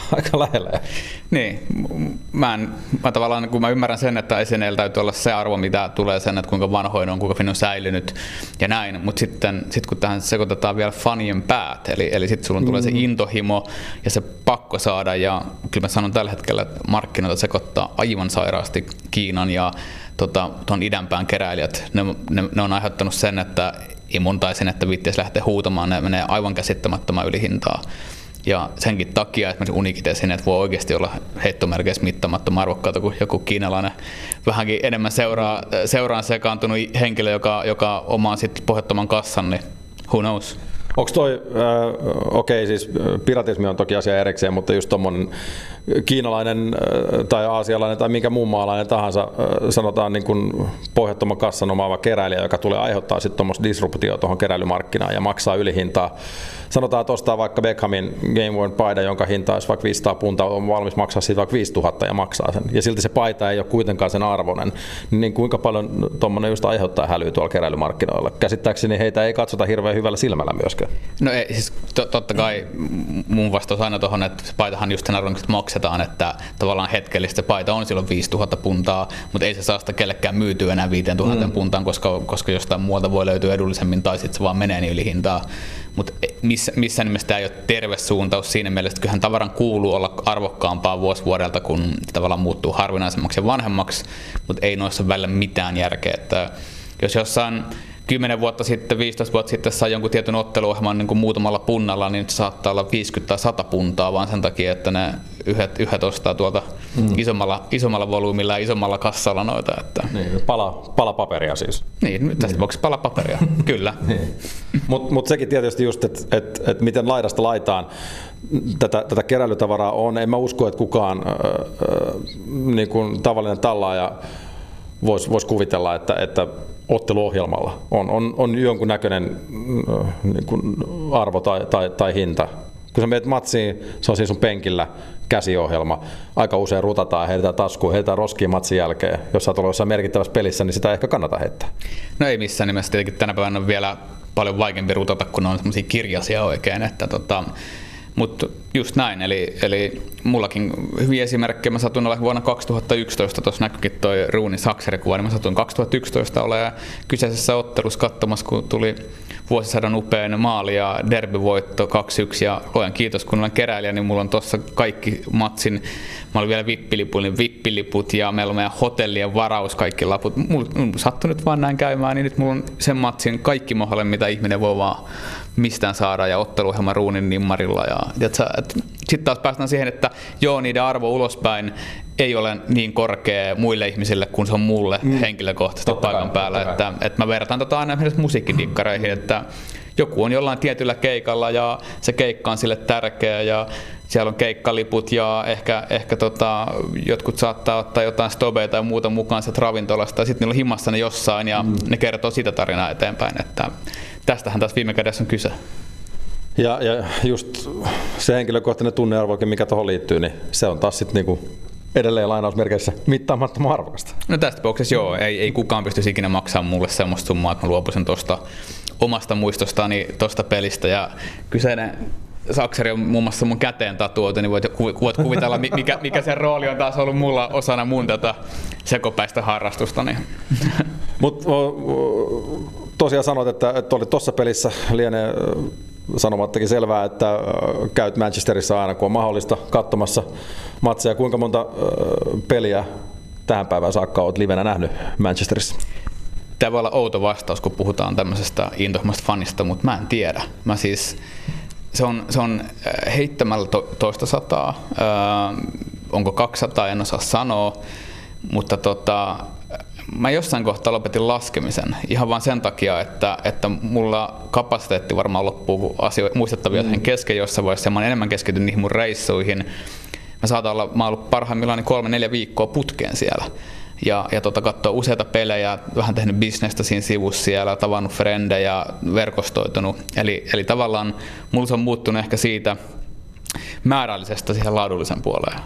aika lähellä. Niin, mä, en, mä tavallaan, kun mä ymmärrän sen, että esineellä täytyy olla se arvo, mitä tulee sen, että kuinka vanhoin on, kuinka fin on säilynyt ja näin, mutta sitten sit kun tähän sekoitetaan vielä fanien päät, eli, eli sitten sulla tulee se intohimo ja se pakko saada, ja kyllä mä sanon tällä hetkellä, että markkinoita sekoittaa aivan sairaasti Kiinan ja tota, tuon idänpään keräilijät, ne, ne, ne on aiheuttanut sen, että ei monta esinettä viitteessä lähteä huutamaan, ne menee aivan käsittämättömän ylihintaa. Ja senkin takia esimerkiksi unikit-esineet voi oikeasti olla heittomerkeissä mittaamattoman arvokkaita kuin joku kiinalainen vähänkin enemmän seuraa, seuraan sekaantunut henkilö, joka, joka omaa sitten pohjattoman kassan, niin who knows? Onko toi, äh, okei okay, siis piratismi on toki asia erikseen, mutta just tommonen kiinalainen äh, tai aasialainen tai minkä muun maalainen tahansa, äh, sanotaan niin kuin pohjattoman kassan omaava keräilijä, joka tulee aiheuttaa sitten tuommoista disruptioa tuohon keräilymarkkinaan ja maksaa ylihintaa. Sanotaan, että ostaa vaikka Beckhamin Game Worn paita, jonka hinta olisi vaikka viisisataa puntaa, on valmis maksaa siitä vaikka viisituhatta ja maksaa sen. Ja silti se paita ei ole kuitenkaan sen arvoinen. Niin kuinka paljon tuommoinen just aiheuttaa hälyä tuolla keräilymarkkinoilla? Käsittääkseni heitä ei katsota hirveän hyvällä silmällä myöskään. No ei, siis to, totta kai mun vastaus aina tuohon, että paitahan just sen arvon maksetaan, että tavallaan hetkellisesti se paita on silloin viisituhatta puntaa, mutta ei se saa sitä kellekään myytyä enää viisituhatta mm. puntaan, koska, koska jostain muualta voi löytyä edullisemmin tai sitten se vaan menee niin yli hintaa. Mutta missä, missä nimessä tämä ei ole terve suuntaus siinä mielessä, että kyllähän tavaran kuuluu olla arvokkaampaa vuosi vuodelta, kun tavallaan muuttuu harvinaisemmaksi ja vanhemmaksi, mutta ei noissa ole välillä mitään järkeä. Että jos jossain kymmenen vuotta sitten, viisitoista vuotta sitten sai jonkun tietyn otteluohjelman niin kuin muutamalla punnalla, niin nyt saattaa olla viisikymmentä tai sata puntaa vaan sen takia, että ne yhdet, yhdet ostaa tuolta mm. isommalla, isommalla volyymilla ja isommalla kassalla noita. Että. Niin, pala, pala paperia siis. Niin, tästä niin. Voiko pala paperia, kyllä. Niin. Mutta mut sekin tietysti just, että et, et miten laidasta laitaan tätä, tätä keräilytavaraa on. En mä usko, että kukaan äh, äh, niin kuin tavallinen tallaaja voisi vois kuvitella, että, että otteluohjelmalla on, on, on jonkun näköinen äh, niin kuin arvo tai, tai, tai hinta. Kun sä menet matsiin, se on siis sun penkillä käsiohjelma. Aika usein rutataan ja heitetään taskuun, heitetään roskiin matsin jälkeen. Jos sä oot ollut jossain merkittävässä pelissä, niin sitä ei ehkä kannata heittää. No ei missään nimessä. Tietenkin tänä päivänä on vielä paljon vaikeampi rutata, kun on semmoisia kirjaisia oikein. Että tota, mutta just näin, eli, eli mullakin hyviä esimerkkejä. Mä satuin olemaan vuonna kaksituhattayksitoista, tuossa näkyykin toi Ruunin Sakseri-kuva, niin mä satuin kaksituhattayksitoista olemaan kyseisessä ottelussa katsomassa, kun tuli vuosisadan upein maali ja derbyvoitto kaksi yksi, ja luojan kiitos, kun olen keräilijä, niin mulla on tuossa kaikki matsin, mä olin vielä vippiliput, niin vippiliput ja meillä on meidän hotellien varaus, kaikki laput. Mulla sattui nyt vaan näin käymään, niin nyt mulla on sen matsin kaikki mahdollinen, mitä ihminen voi vaan mistään saada, ja otteluohjelma Ruunin nimmarilla. Sitten taas päästään siihen, että joo, niiden arvo ulospäin ei ole niin korkea muille ihmisille kuin se on mulle mm. henkilökohtaisesti totta paikan kai, päällä. Että, että mä vertaan tota aina esimerkiksi musiikkidikkareihin, että joku on jollain tietyllä keikalla ja se keikka on sille tärkeä ja siellä on keikkaliput ja ehkä, ehkä tota, jotkut saattaa ottaa jotain stobeita ja muuta mukaan sieltä ravintolasta ja sitten niillä on himassa ne jossain ja mm. ne kertoo sitä tarinaa eteenpäin. Että tästähän taas viime kädessä on kyse. Ja, ja just se henkilökohtainen tunnearvoikin, mikä tuohon liittyy, niin se on taas sitten niinku edelleen lainausmerkeissä mittaamattoman arvokasta. No tästä tapauksessa joo, ei, ei kukaan pystyisi ikinä maksamaan mulle semmoista summaa, että mä luopuisin tuosta omasta muistostani tuosta pelistä. Ja kyseinen Sakseri on muun muassa mun käteen tatuoitu, niin voit, voit kuvitella, mikä, mikä se rooli on taas ollut mulla osana mun tätä sekopäistä harrastusta. Niin. Mut tosiaan sanoit, että, että olit tuossa pelissä, lienee sanomattakin selvää, että käyt Manchesterissa aina kun on mahdollista katsomassa matseja. Kuinka monta peliä tähän päivään saakka olet livenä nähnyt Manchesterissa? Tämä voi olla outo vastaus, kun puhutaan tämmöisestä intohimoisesta fanista, mutta mä en tiedä. Mä siis, se on, se on heittämällä to, toista sataa, öö, onko kaksisataa, en osaa sanoa, mutta tota, mä jossain kohtaa lopetin laskemisen ihan vain sen takia, että, että mulla kapasiteetti varmaan loppuu, kun asioita, muistettavia mm. kesken jossain vaiheessa, ja mä oon enemmän keskittynyt niihin mun reissuihin. Mä saatan olla, mä oon ollut parhaimmillaan kolme neljä viikkoa putkeen siellä. Ja, ja tota, katsoa useita pelejä, vähän tehnyt bisnestä siinä sivussa siellä, tavannut frendejä, verkostoitunut. Eli, eli tavallaan mulla se on muuttunut ehkä siitä määrällisestä siihen laadullisen puoleen.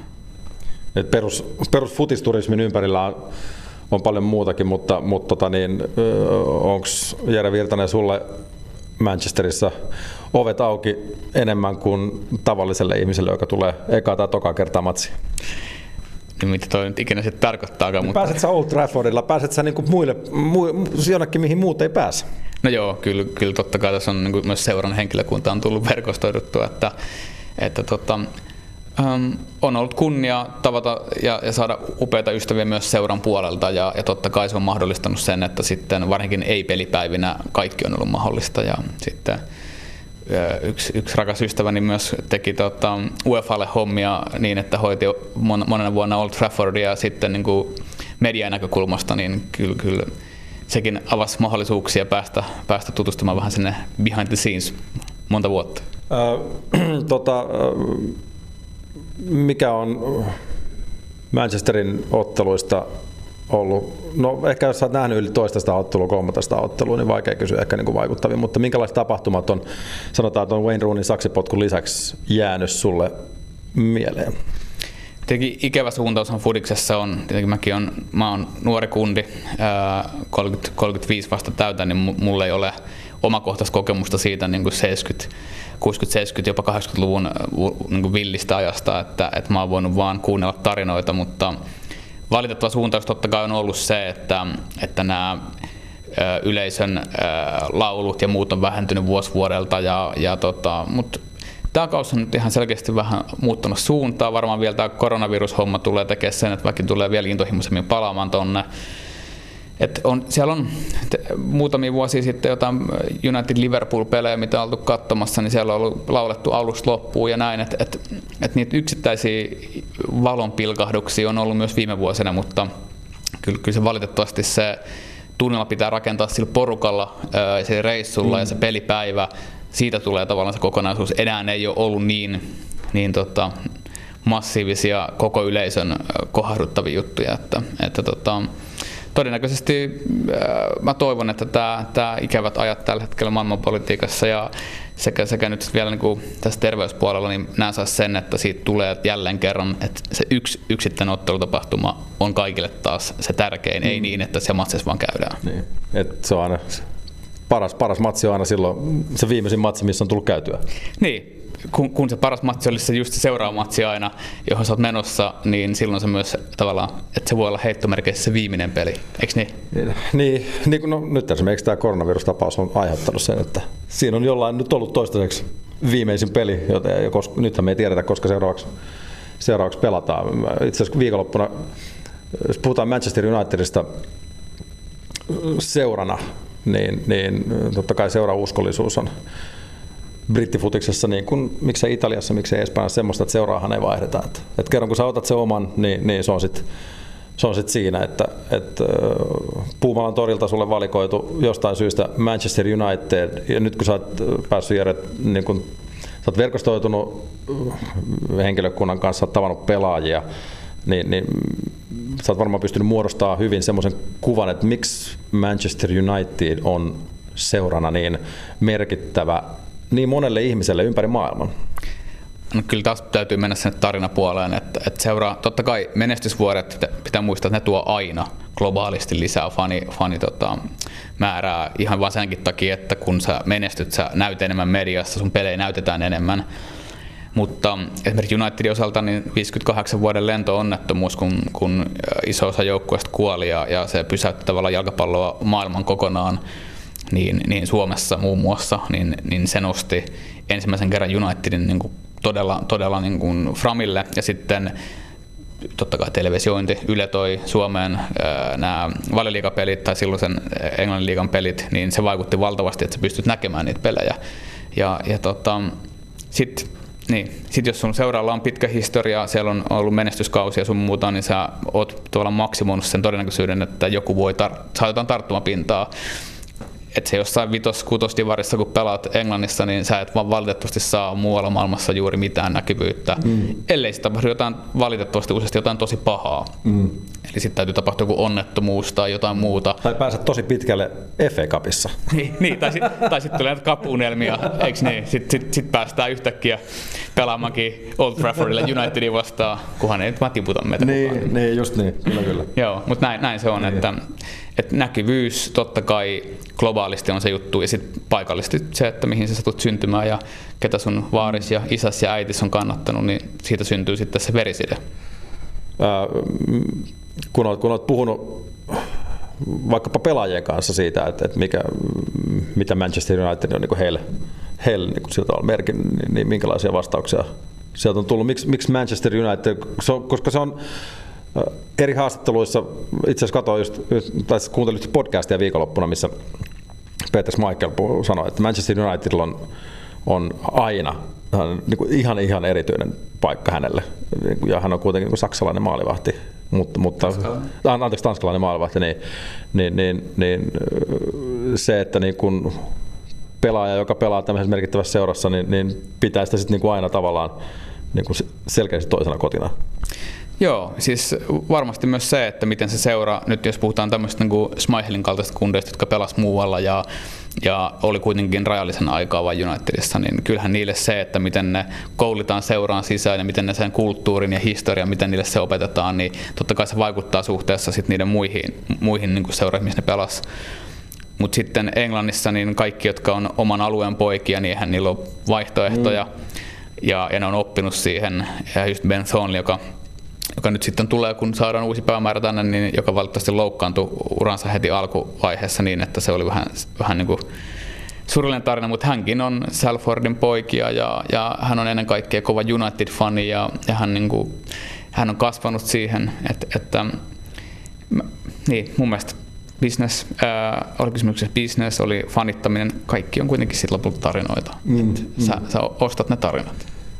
Et perus, perus futisturismin ympärillä on, on paljon muutakin, mutta, mutta tota niin, onko Jere Virtanen sulle Manchesterissa ovet auki enemmän kuin tavalliselle ihmiselle, joka tulee eka tai toka kertaa matsiin? Niin mitä toi nyt ikinä sitten tarkoittaakaan. Mutta... Pääset sä Old Traffordilla, pääset sä niinku muille, mu, jonnekin mihin muut ei pääse? No joo, kyllä, kyllä totta kai tässä on niin myös seuran henkilökunta on tullut verkostoiduttua, että, että tota, ähm, on ollut kunnia tavata ja, ja saada upeita ystäviä myös seuran puolelta ja, ja totta kai se on mahdollistanut sen, että sitten varsinkin ei-pelipäivinä kaikki on ollut mahdollista ja sitten Yksi, yksi rakas ystäväni myös teki tota, U E F A:lle hommia niin, että hoiti mon, monena vuonna Old Traffordia ja sitten niin kuin median näkökulmasta, niin kyllä, kyllä sekin avasi mahdollisuuksia päästä, päästä tutustumaan vähän sinne behind the scenes monta vuotta. Äh, tota, mikä on Manchesterin otteluista ollut, no ehkä jos olet nähnyt yli toista ottelua, kolmatta ottelua, niin vaikea kysyä ehkä niin kuin vaikuttavia, mutta minkälaiset tapahtumat on, sanotaan, että on Wayne Rooneyn saksipotkun lisäksi jäänyt sulle mieleen? Tietenkin ikävä suuntaus on fudiksessa on, tietenkin mäkin on, mä oon nuori kundi, kolmekymmentä, kolmekymmentäviisi vasta täytän, niin mulla ei ole omakohtaista kokemusta siitä niin kuin seitsemänkymmentä, kuusikymmentä, seitsemänkymmentä, jopa kahdeksankymmentäluvun niin kuin villistä ajasta, että, että mä oon voinut vaan kuunnella tarinoita, mutta valitettava suuntaus totta kai on ollut se, että, että nämä yleisön laulut ja muut on vähentynyt vuosi vuodelta, ja, ja tota, mutta tämä kausi on nyt ihan selkeästi vähän muuttunut suuntaa. Varmaan vielä tämä koronavirushomma tulee tekemään sen, että väki tulee vielä intohimoisemmin palaamaan tonne. Et on, siellä on muutamia vuosia sitten jotain United-Liverpool-pelejä, mitä on oltu katsomassa, niin siellä on ollut laulettu alusta loppuun ja näin, että et, et niitä yksittäisiä valonpilkahduksia on ollut myös viime vuosina, mutta kyllä, kyllä se valitettavasti se tunnelma pitää rakentaa sillä porukalla, ää, sillä reissulla mm. ja se pelipäivä, siitä tulee tavallaan se kokonaisuus. Enää ei ole ollut niin, niin tota, massiivisia koko yleisön kohahduttavia juttuja, että, että tota, todennäköisesti äh, mä toivon, että tämä, tämä ikävät ajat tällä hetkellä maailmanpolitiikassa ja sekä, sekä nyt vielä niin kuin tässä terveyspuolella, niin nämä saisi sen, että siitä tulee jälleen kerran, että se yksi yksittäinen ottelutapahtuma on kaikille taas se tärkein, mm. ei niin, että se matsissa vaan käydään. Niin. Et se on aina paras, paras matsi on aina silloin se viimeisin matsi, missä on tullut käytyä. Niin. Kun, kun se paras matsi olisi se just se seuraava matsi aina, johon sä oot menossa, niin silloin se myös tavallaan, että se voi olla heittomerkeissä se viimeinen peli, eikö niin? Niin, niin no, nyt esimerkiksi tämä koronavirustapaus on aiheuttanut sen, että siinä on jollain nyt ollut toistaiseksi viimeisin peli, joten koska, nythän me ei tiedetä, koska seuraavaksi, seuraavaksi pelataan. Itse asiassa viikonloppuna, jos puhutaan Manchester Unitedista seurana, niin, niin totta kai seurauskollisuus on brittifutiksessa, niin kuin miksei Italiassa, miksei Espanjassa semmoista, että seuraahan ei vaihdeta. Et, et kerran kun sä otat sen oman, niin, niin se on sitten sit siinä, että et, Puumalan torilta sulle valikoitu jostain syystä Manchester United, ja nyt kun sä oot päässyt Jere, niin kun sä oot verkostoitunut henkilökunnan kanssa, sä oot tavannut pelaajia, niin, niin sä oot varmaan pystynyt muodostamaan hyvin semmoisen kuvan, että miksi Manchester United on seurana niin merkittävä niin monelle ihmiselle ympäri maailman. No kyllä taas täytyy mennä sinne tarinapuoleen, että, että seuraa, totta kai menestysvuodet pitää, pitää muistaa, että ne tuo aina globaalisti lisää fani, fani tota, määrää ihan vaan senkin takia, että kun sä menestyt, sä näyt enemmän mediassa, sun pelejä näytetään enemmän. Mutta esimerkiksi Unitedin osalta niin viisikymmentäkahdeksan vuoden lento-onnettomuus, kun, kun iso osa joukkueesta kuoli ja, ja se pysäytti tavallaan jalkapalloa maailman kokonaan, Niin, niin Suomessa muun muassa, niin, niin se nosti ensimmäisen kerran Unitedin niin kuin todella, todella niin kuin framille, ja sitten totta kai televisiointi, Yle toi Suomeen ää, nämä valioliigapelit tai silloisen Englannin liigan pelit, niin se vaikutti valtavasti, että sä pystyt näkemään niitä pelejä. Ja, ja tota, sitten niin, sit jos sun seuraalla on pitkä historia, siellä on ollut menestyskausia ja sun muuta, niin sä oot tavallaan maksimoinut sen todennäköisyyden, että joku voi tar- saa jotain tarttumapintaa. Että se jossain vitos-kutosdivarissa, kun pelaat Englannissa, niin sä et vaan valitettavasti saa muualla maailmassa juuri mitään näkyvyyttä, mm. ellei se tapahdu jotain valitettavasti useasti jotain tosi pahaa. Mm. Eli sitten täytyy tapahtua joku onnettomuus tai jotain muuta. Tai pääset tosi pitkälle F A Cupissa. niin, niin, tai sitten sit tulee näitä cup-unelmia, eikö niin? Sitten sit, sit päästään yhtäkkiä pelaamaankin Old Traffordille Unitedin vastaan, kunhan ei nyt mä tiputa meitä niin, mukaan. Niin, just niin, kyllä kyllä. Joo, mutta näin, näin se on, niin. että, että näkyvyys totta kai globaalisti on se juttu, ja sitten paikallisesti se, että mihin sä satut syntymään ja ketä sun vaaris ja isäs ja äitis on kannattanut, niin siitä syntyy sitten se veriside. Äh, kun, olet, kun olet puhunut vaikkapa pelaajien kanssa siitä, että, että mikä, mitä Manchester United on niin heille, heille niin siltä on merkin, niin, niin minkälaisia vastauksia sieltä on tullut? Miks, miksi Manchester United, se on, koska se on eri haastatteluissa, itse asiassa katsoin just, tai kuuntelin just podcastia viikonloppuna, missä Peter Schmeichel sanoi, että Manchester United on, on aina niin kuin ihan, ihan erityinen paikka hänelle. Ja hän on kuitenkin niin kuin saksalainen maalivahti, mutta, mutta anteeksi, tanskalainen maalivahti, niin, niin, niin, niin se, että niin kuin pelaaja, joka pelaa tämmöisessä merkittävässä seurassa, niin, niin pitää sitä sitten niin kuin aina tavallaan niin kuin selkeästi toisena kotina. Joo, siis varmasti myös se, että miten se seuraa, nyt jos puhutaan tämmöistä niin Schmeichelin kaltaisista kundeista, jotka pelas muualla ja, ja oli kuitenkin rajallisen aikaa vain Unitedissa, niin kyllähän niille se, että miten ne koulitaan seuraan sisään ja miten ne sen kulttuurin ja historian, miten niille se opetetaan, niin totta kai se vaikuttaa suhteessa sit niiden muihin, muihin niin seuroihin, missä ne pelas. Mutta sitten Englannissa niin kaikki, jotka on oman alueen poikia, niin eihän niillä ole vaihtoehtoja mm. ja, ja ne on oppinut siihen. Ja just Ben Thornley, joka joka nyt sitten tulee, kun saadaan uusi päämäärä tänne, niin joka valitettavasti loukkaantui uransa heti alkuvaiheessa niin, että se oli vähän, vähän niin kuin surullinen tarina, mutta hänkin on Salfordin poikia ja, ja hän on ennen kaikkea kova United-fani ja, ja hän, niin kuin, hän on kasvanut siihen, että, että niin, mun mielestä business, ää, oli kysymyksessä business, oli fanittaminen, kaikki on kuitenkin sitten lopulta tarinoita. Mm, mm. Sä, sä ostat ne tarinat.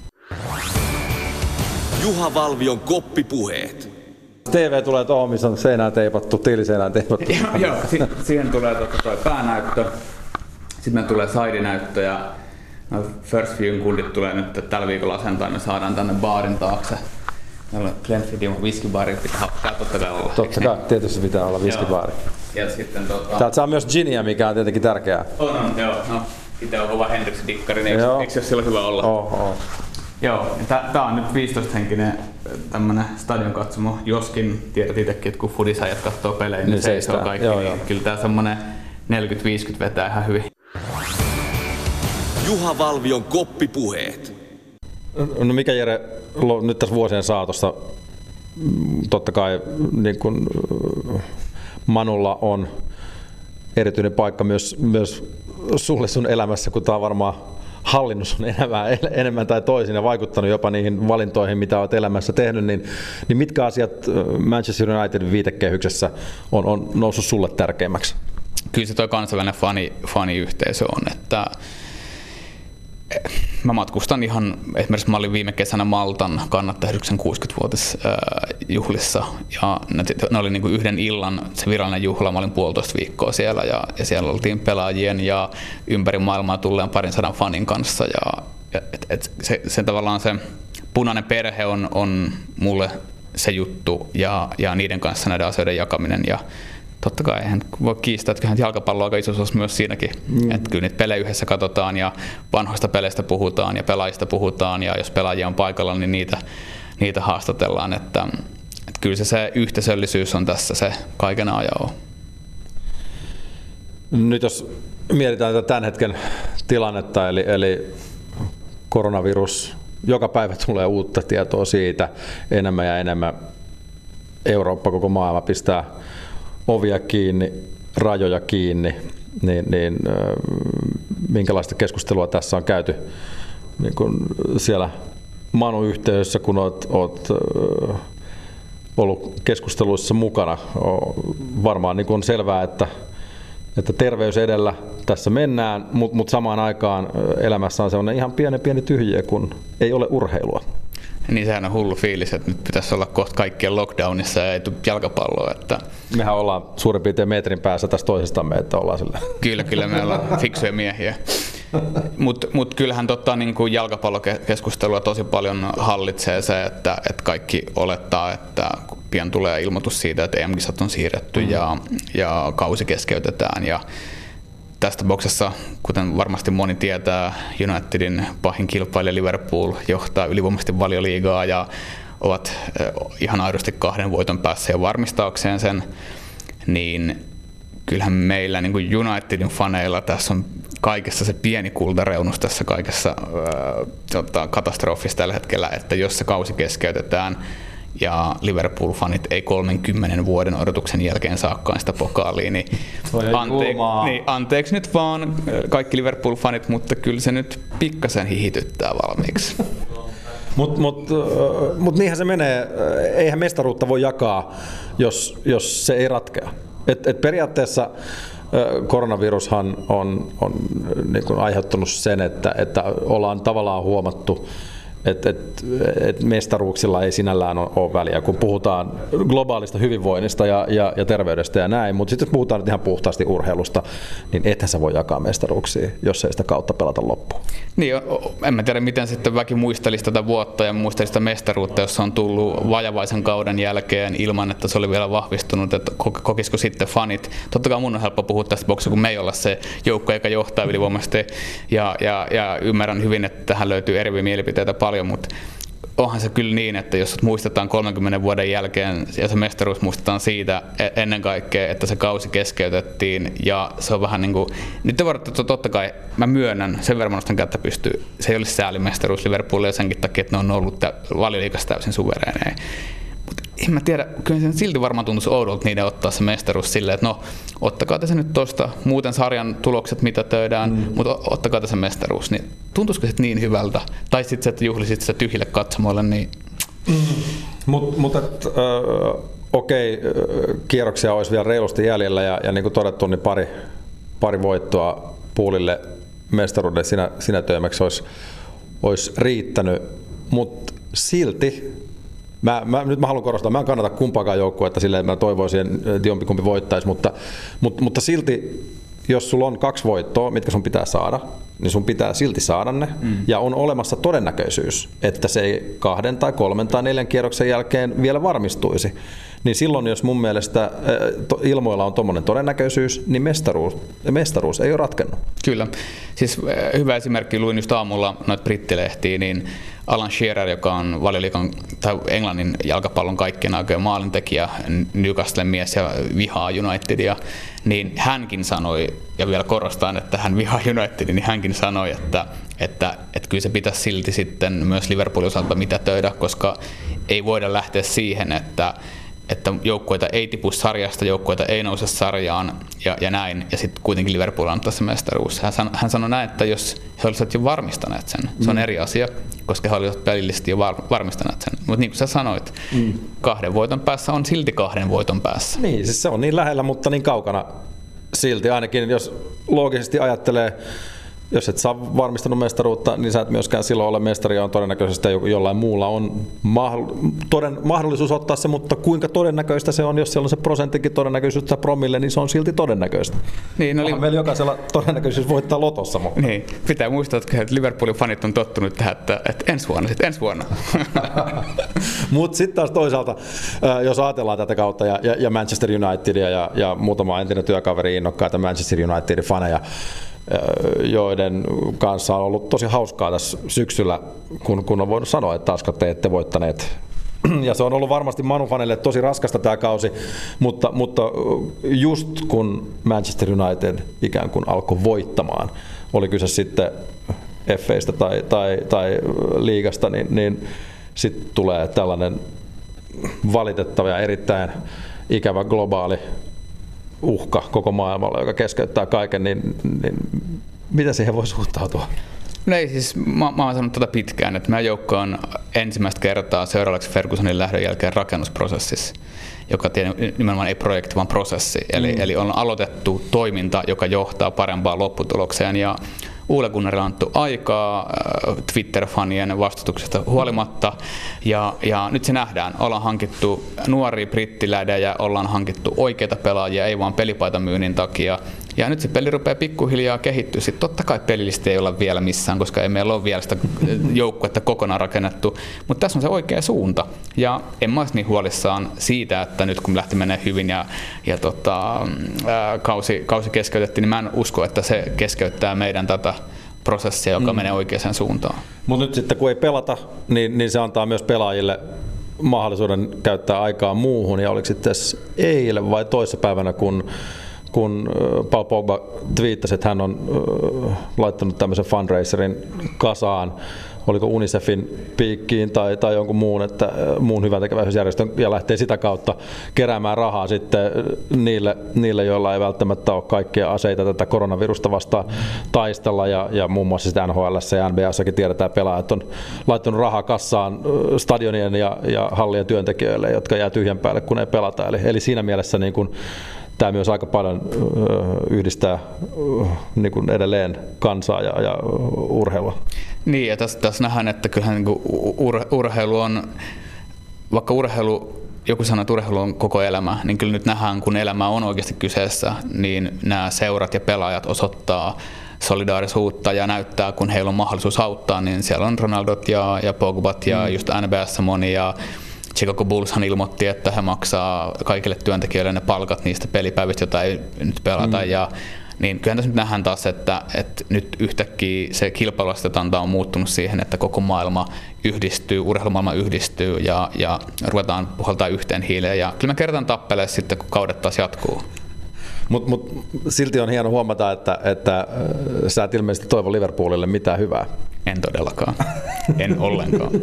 Juha Valvion koppipuheet. T V tulee tuohon, missä on seinään teipattu, tiiliseinään teipattu. Joo, joo. Si- siihen tulee tuo päänäyttö, sitten me tulee side-näyttö ja no First Viewn kundit tulee nyt tällä viikolla asentaan, me saadaan tänne baarin taakse. Meillä on Glenfiddin whiskybaari, pitää totta kai olla. Totta kai, tietysti pitää olla whiskybaari. Ja sitten tota... Täältä saa myös giniä, mikä on tietenkin tärkeää. On, on, joo. No, itse on kova Hendrix-dikkari, niin eikö, eikö se ole silloin hyvä olla? Oh, oh. Joo, tää on nyt viisitoista-henkinen tämmönen stadion katsomo, joskin tiedät itsekin, että kun fudisajat katsoo pelejä, niin, niin seisoo kaikki, joo, niin joo. Kyllä tää semmonen neljäkymmentä viisikymmentä vetää ihan hyvin. Juha Valvion koppipuheet. No mikä Jere, nyt tässä vuosien saatossa, totta kai niin kun Manulla on erityinen paikka myös, myös sulle sun elämässä, kun tää on varmaan hallinnut sun enemmän, enemmän tai toisin ja vaikuttanut jopa niihin valintoihin, mitä olet elämässä tehnyt, niin, niin mitkä asiat Manchester Unitedin viitekehyksessä on, on noussut sulle tärkeimmäksi? Kyllä se tuo kansainvälinen fani, faniyhteisö on, että mä matkustan ihan, esimerkiksi mä olin viime kesänä Maltan kannattajayhdistyksen kuusikymmentä-vuotisjuhlissa ja ne, ne oli niin kuin yhden illan se virallinen juhla, mä olin puolitoista viikkoa siellä ja, ja siellä oltiin pelaajien ja ympäri maailmaa tulleen parin sadan fanin kanssa ja et, et se, se tavallaan se punainen perhe on, on mulle se juttu ja, ja niiden kanssa näiden asioiden jakaminen ja totta kai eihän voi kiistää, että jalkapallo on aika iso osa myös siinäkin. Mm. Että kyllä niitä pelejä yhdessä katsotaan ja vanhoista peleistä puhutaan ja pelaajista puhutaan ja jos pelaajia on paikalla, niin niitä, niitä haastatellaan. Että, että kyllä se, se yhteisöllisyys on tässä se kaiken ajan. Nyt jos mietitään tätä tämän hetken tilannetta, eli, eli koronavirus, joka päivä tulee uutta tietoa siitä, enemmän ja enemmän Eurooppa, koko maailma pistää ovia kiinni, rajoja kiinni, niin, niin minkälaista keskustelua tässä on käyty niin kun siellä Manu-yhteydessä, kun olet, olet ollut keskusteluissa mukana. Varmaan niin on selvää, että, että terveys edellä tässä mennään, mutta mut samaan aikaan elämässä on sellainen ihan pieni pieni tyhjiö, kun ei ole urheilua. Niin sehän on hullu fiilis, että nyt pitäisi olla kohta kaikkien lockdownissa ja ei tule jalkapalloa. Että mehän ollaan suurin piirtein metrin päässä tästä toisestamme, että ollaan sillä. Kyllä, kyllä me ollaan fiksuja miehiä. Mutta mut kyllähän totta, niin kuin jalkapallokeskustelua tosi paljon hallitsee se, että, että kaikki olettaa, että pian tulee ilmoitus siitä, että E M-kisat on siirretty mm. ja, ja kausi keskeytetään. Ja tässä tapauksessa, kuten varmasti moni tietää, Unitedin pahin kilpailija Liverpool johtaa ylivoimaisesti Valioliigaa ja ovat ihan aidosti kahden voiton päässä ja varmistaakseen sen, niin kyllähän meillä niin kuin Unitedin faneilla tässä on kaikessa se pieni kultareunus tässä kaikessa äh, tota, katastrofissa tällä hetkellä, että jos se kausi keskeytetään ja Liverpool-fanit ei kolmenkymmenen vuoden odotuksen jälkeen saakaan sitä pokaalia, niin, ante- niin anteeksi nyt vaan kaikki Liverpool-fanit, mutta kyllä se nyt pikkasen hihityttää valmiiksi. Mutta mut, mut niinhän se menee. Eihän mestaruutta voi jakaa, jos, jos se ei ratkea. Et, et periaatteessa koronavirushan on, on niin kuin aiheuttanut sen, että, että ollaan tavallaan huomattu, että et, et mestaruuksilla ei sinällään ole väliä, kun puhutaan globaalista hyvinvoinnista ja, ja, ja terveydestä ja näin, mutta sitten jos puhutaan nyt ihan puhtaasti urheilusta, niin ethän sä voi jakaa mestaruuksia, jos ei sitä kautta pelata loppuun. Niin, en mä tiedä miten sitten väki muistelisi tätä vuotta ja muistelisi sitä mestaruutta, jossa on tullut vajavaisen kauden jälkeen ilman, että se oli vielä vahvistunut, että kokisiko sitten fanit. Totta kai mun on helppo puhua tästä boksista, kun me ei olla se joukko, joka johtaa ylivoimaisesti ja, ja, ja ymmärrän hyvin, että tähän löytyy eri mielipiteitä paljon, mutta onhan se kyllä niin, että jos muistetaan kolmenkymmenen vuoden jälkeen ja se mestaruus muistetaan siitä ennen kaikkea, että se kausi keskeytettiin ja se on vähän niin kuin, nyt te voitte, totta kai mä myönnän, sen verran nostan kättä pystyy, se ei olisi säälymestaruus Liverpoolille senkin takia, että ne on ollut Valioliigassa täysin suvereeneja. Mutta en mä tiedä, kyllä se silti varmaan tuntuisi oudolta niiden ottaa se mestaruus silleen, että no ottakaa tässä nyt tuosta, muuten sarjan tulokset mitätöidään, mm. mutta ottakaa tässä mestaruus, niin tuntuisiko se niin hyvältä? Tai sitten se, että juhlisit sitä tyhjille katsomoille, niin... Mm. Mutta mut, äh, okei, okay, kierroksia olisi vielä reilusti jäljellä ja, ja niin kuin todettu, niin pari, pari voittoa Poolille mestaruuden sinä, sinä töimeksi olisi, olisi riittänyt, mutta silti Mä, mä, nyt mä haluan korostaa, mä en kannata kumpaakaan joukkuetta silleen, että mä toivoisin, että jompikumpi voittaisi, mutta, mutta, mutta silti, jos sulla on kaksi voittoa, mitkä sun pitää saada, niin sun pitää silti saada ne, mm. ja on olemassa todennäköisyys, että se ei kahden tai kolmen tai neljän kierroksen jälkeen vielä varmistuisi. Niin silloin, jos mun mielestä ilmoilla on tommoinen todennäköisyys, niin mestaruus, mestaruus ei ole ratkennut. Kyllä. Siis hyvä esimerkki, luin just aamulla noita brittilehtiä, niin Alan Shearer, joka on Valioliigan tai Englannin jalkapallon kaikkien aikojen maalintekijä, Newcastlen mies ja vihaa Unitedia, niin hänkin sanoi, ja vielä korostan, että hän vihaa Unitedia, niin hänkin sanoi, että, että, että kyllä se pitäisi silti sitten myös Liverpoolin osalta mitätöidä, koska ei voida lähteä siihen, että että joukkueita ei tipu sarjasta, joukkueita ei nouse sarjaan ja, ja näin, ja sitten kuitenkin Liverpool antaa se mestaruus. Hän, san, hän sanoi näin, että jos he olisivat jo varmistaneet sen, se on mm. eri asia, koska he olisivat pelillisesti jo var, varmistaneet sen. Mutta niin kuin sä sanoit, mm. kahden voiton päässä on silti kahden voiton päässä. Niin, siis se on niin lähellä, mutta niin kaukana silti. Ainakin jos loogisesti ajattelee, jos et saa varmistanut mestaruutta, niin sä et myöskään silloin ole mestari, ja on todennäköisesti jollain muulla on mahdollisuus ottaa se, mutta kuinka todennäköistä se on, jos siellä on se prosenttikin todennäköisyys tai promille, niin se on silti todennäköistä. Niin, oli... meillä jokaisella todennäköisyys voittaa lotossa. Mutta... Niin, pitää muistaa, että Liverpoolin fanit on tottunut tähän, että, että ensi vuonna, sitten ensi vuonna. Mutta sitten taas toisaalta, jos ajatellaan tätä kautta ja, ja Manchester Unitedia ja, ja muutama entinen työkaveri innokkaita Manchester Unitedin faneja, joiden kanssa on ollut tosi hauskaa tässä syksyllä, kun, kun on voinut sanoa, että taas te ette voittaneet. Ja se on ollut varmasti Manu-faneille tosi raskasta tämä kausi, mutta, mutta just kun Manchester United ikään kuin alkoi voittamaan, oli kyse sitten F A:stä tai, tai, tai liigasta, niin, niin sitten tulee tällainen valitettava ja erittäin ikävä globaali uhka koko maailmalla, joka keskeyttää kaiken, niin, niin mitä siihen voi suhtautua? No ei siis, mä, mä oon sanonut tätä pitkään, että meidän joukko on ensimmäistä kertaa seuraavaksi Fergusonin lähdön jälkeen rakennusprosessissa, joka nimenomaan ei projekti, vaan prosessi. Eli, mm. eli on aloitettu toiminta, joka johtaa parempaan lopputulokseen, ja Ole Gunnarille on annettu aikaa Twitter-fanien vastustuksesta huolimatta, ja, ja nyt se nähdään. Ollaan hankittu nuoria brittilädejä, ollaan hankittu oikeita pelaajia, ei vaan pelipaitamyynnin takia, Ja nyt se peli rupeaa pikkuhiljaa kehittyä. Sitten totta kai pelillisesti ei olla vielä missään, koska ei meillä ole vielä sitä joukkuetta kokonaan rakennettu. Mutta tässä on se oikea suunta. Ja en mä olisi niin huolissaan siitä, että nyt kun lähti menee hyvin ja, ja tota, ää, kausi, kausi keskeytettiin, niin mä en usko, että se keskeyttää meidän tätä prosessia, joka mm. menee oikeaan suuntaan. Mutta nyt sitten kun ei pelata, niin, niin se antaa myös pelaajille mahdollisuuden käyttää aikaa muuhun. Ja oliko sitten eilen vai toissapäivänä, kun kun Paul Pogba twiittasi, että hän on laittanut tämmöisen fundraiserin kasaan, oliko Unicefin piikkiin tai, tai jonkun muun, että muun hyväntekeväisyysjärjestön, ja lähtee sitä kautta keräämään rahaa sitten niille, niille joilla ei välttämättä ole kaikkia aseita tätä koronavirusta vastaan taistella, ja, ja muun muassa sitten N H L:ssä ja N B A:ssakin tiedetään, pelaajat on laittanut rahaa kassaan stadionien ja, ja hallien työntekijöille, jotka jää tyhjän päälle, kun ei pelata. Eli, eli siinä mielessä niin kuin tämä myös aika paljon yhdistää niin kuin edelleen kansaa ja, ja urheilua. Niin, ja tässä, tässä nähdään, että kyllähän niin kuin ur, urheilu on, vaikka urheilu, joku sanoo, että urheilu on koko elämä, niin kyllä nyt nähdään, kun elämä on oikeasti kyseessä, niin nämä seurat ja pelaajat osoittaa solidaarisuutta ja näyttää, kun heillä on mahdollisuus auttaa, niin siellä on Ronaldot ja, ja Pogbat ja mm. just N B A:ssa moni ja Chicago Bullshan ilmoitti, että he maksaa kaikille työntekijöille ne palkat niistä pelipäivistä, joita ei nyt pelata. Mm. Ja, niin kyllähän tässä nyt nähdään taas, että, että nyt yhtäkkiä se kilpailuasetanta on muuttunut siihen, että koko maailma yhdistyy, urheilumaailma yhdistyy ja, ja ruvetaan puhaltaa yhteen hiileen. Ja kyllä me kertaan tappelee sitten, kun kaudet taas jatkuu. Mutta mut, silti on hieno huomata, että, että sä et ilmeisesti toivo Liverpoolille mitään hyvää. En todellakaan. En ollenkaan.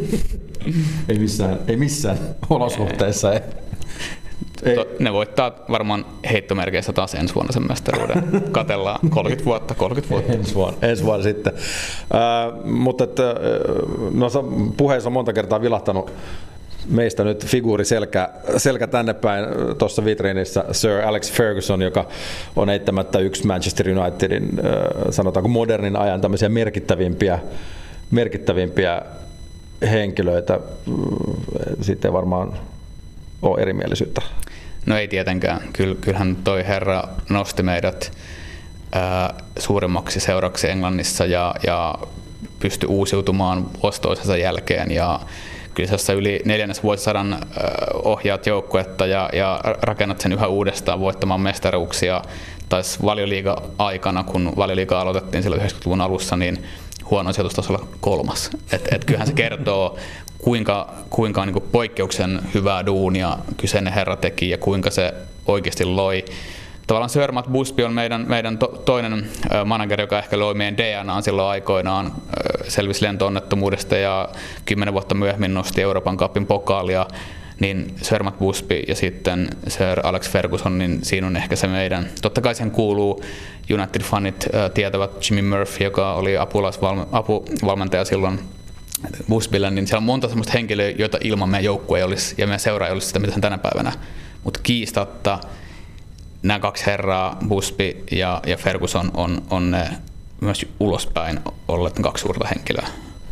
Ei missään, ei missään olosuhteissa. Ei. Ei. To, ne voittaa varmaan heittomerkeissä taas ensi vuonna sen mestaruuden. Katellaan kolmekymmentä vuotta, kolmekymmentä vuotta. Ensi vuonna, ensi vuonna sitten. Äh, mutta että, no, puheessa on monta kertaa vilahtanut meistä nyt figuuri selkä, selkä tänne päin tuossa vitriinissä Sir Alex Ferguson, joka on eittämättä yksi Manchester Unitedin sanotaanko modernin ajan tämmöisiä merkittävimpiä, merkittävimpiä henkilöitä. Sitten ei varmaan ole erimielisyyttä. No ei tietenkään. Kyllähän toi herra nosti meidät ää, suurimmaksi seuraksi Englannissa ja, ja pystyi uusiutumaan vuosi toisensa jälkeen. Ja kyllä sä yli neljännes vuosisadan ohjaat joukkuetta ja, ja rakennat sen yhä uudestaan voittamaan mestaruuksia. Taisi Valioliiga-aikana, kun Valioliiga aloitettiin silloin yhdeksänkymmentäluvun alussa, niin huono sijoitus taisi olla kolmas. Et, et kyllähän se kertoo, kuinka, kuinka niin kuin poikkeuksen hyvää duunia kyseinen herra teki ja kuinka se oikeasti loi. Tavallaan Sir Matt Busby on meidän, meidän to, toinen manageri, joka ehkä loi meidän D N A:n silloin aikoinaan, selvisi lento-onnettomuudesta ja kymmenen vuotta myöhemmin nosti Euroopan cupin pokaalia, niin Sir Matt Busby ja sitten Sir Alex Ferguson, niin siinä on ehkä se meidän. Totta kai sen kuuluu, United-fanit tietävät Jimmy Murphy, joka oli apuvalmentaja silloin Busbylle, niin siellä on monta sellaista henkilöä, joita ilman meidän joukkue ei olisi ja meidän seura ei olisi sitä, mitä sen tänä päivänä. Mutta kiistatta nämä kaksi herraa, Busby ja, ja Ferguson, on, on ne myös ulospäin olleet kaksi suurta henkilöä.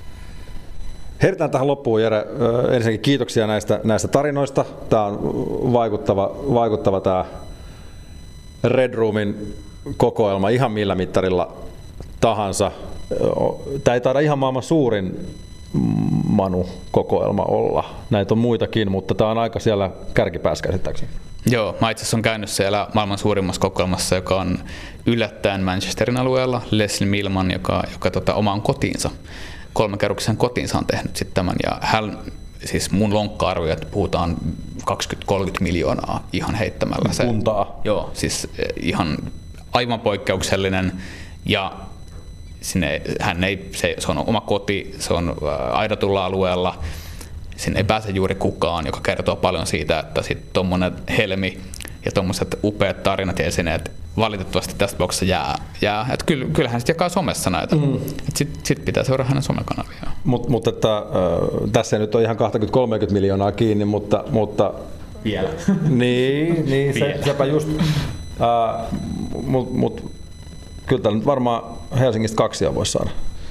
Heitetään tähän loppuun, Jere. Ensinnäkin kiitoksia näistä, näistä tarinoista. Tämä on vaikuttava, vaikuttava tämä Red Roomin kokoelma ihan millä mittarilla tahansa. Tämä ei taida ihan maailman suurin Manu-kokoelma olla. Näitä on muitakin, mutta tämä on aika siellä kärkipäässä käsittääkseni. Joo, mä itse asiassa olen käynyt siellä maailman suurimmassa kokoelmassa, joka on yllättäen Manchesterin alueella. Leslie Milman, joka, joka tota, omaan kotiinsa, kolmekerroksisen kotiinsa on tehnyt sitten tämän. Ja hän, siis mun lonkka-arvio, että puhutaan kaksikymmentä kolmekymmentä miljoonaa ihan heittämällä. Se, Puntaa. Joo, siis ihan aivan poikkeuksellinen. Ja sinne, hän ei, se, se on oma koti, se on aidatulla alueella. Sinne ei pääse juuri kukaan, joka kertoo paljon siitä, että sitten tuommoinen helmi ja tuommoiset upeat tarinat ja esineet valitettavasti tästä tapauksessa jää. jää. Et kyllähän sitten jakaa somessa näitä. Mm. Sitten sit pitää seurata hänen somekanaviaan. Mut, mutta että, äh, tässä ei nyt ole ihan kaksikymmentä kolmekymmentä miljoonaa kiinni, mutta... mutta vielä. Niin, niin se, sepä just. Äh, Mutta mut, kyllä täällä nyt varmaan Helsingistä kaksia voisi saada.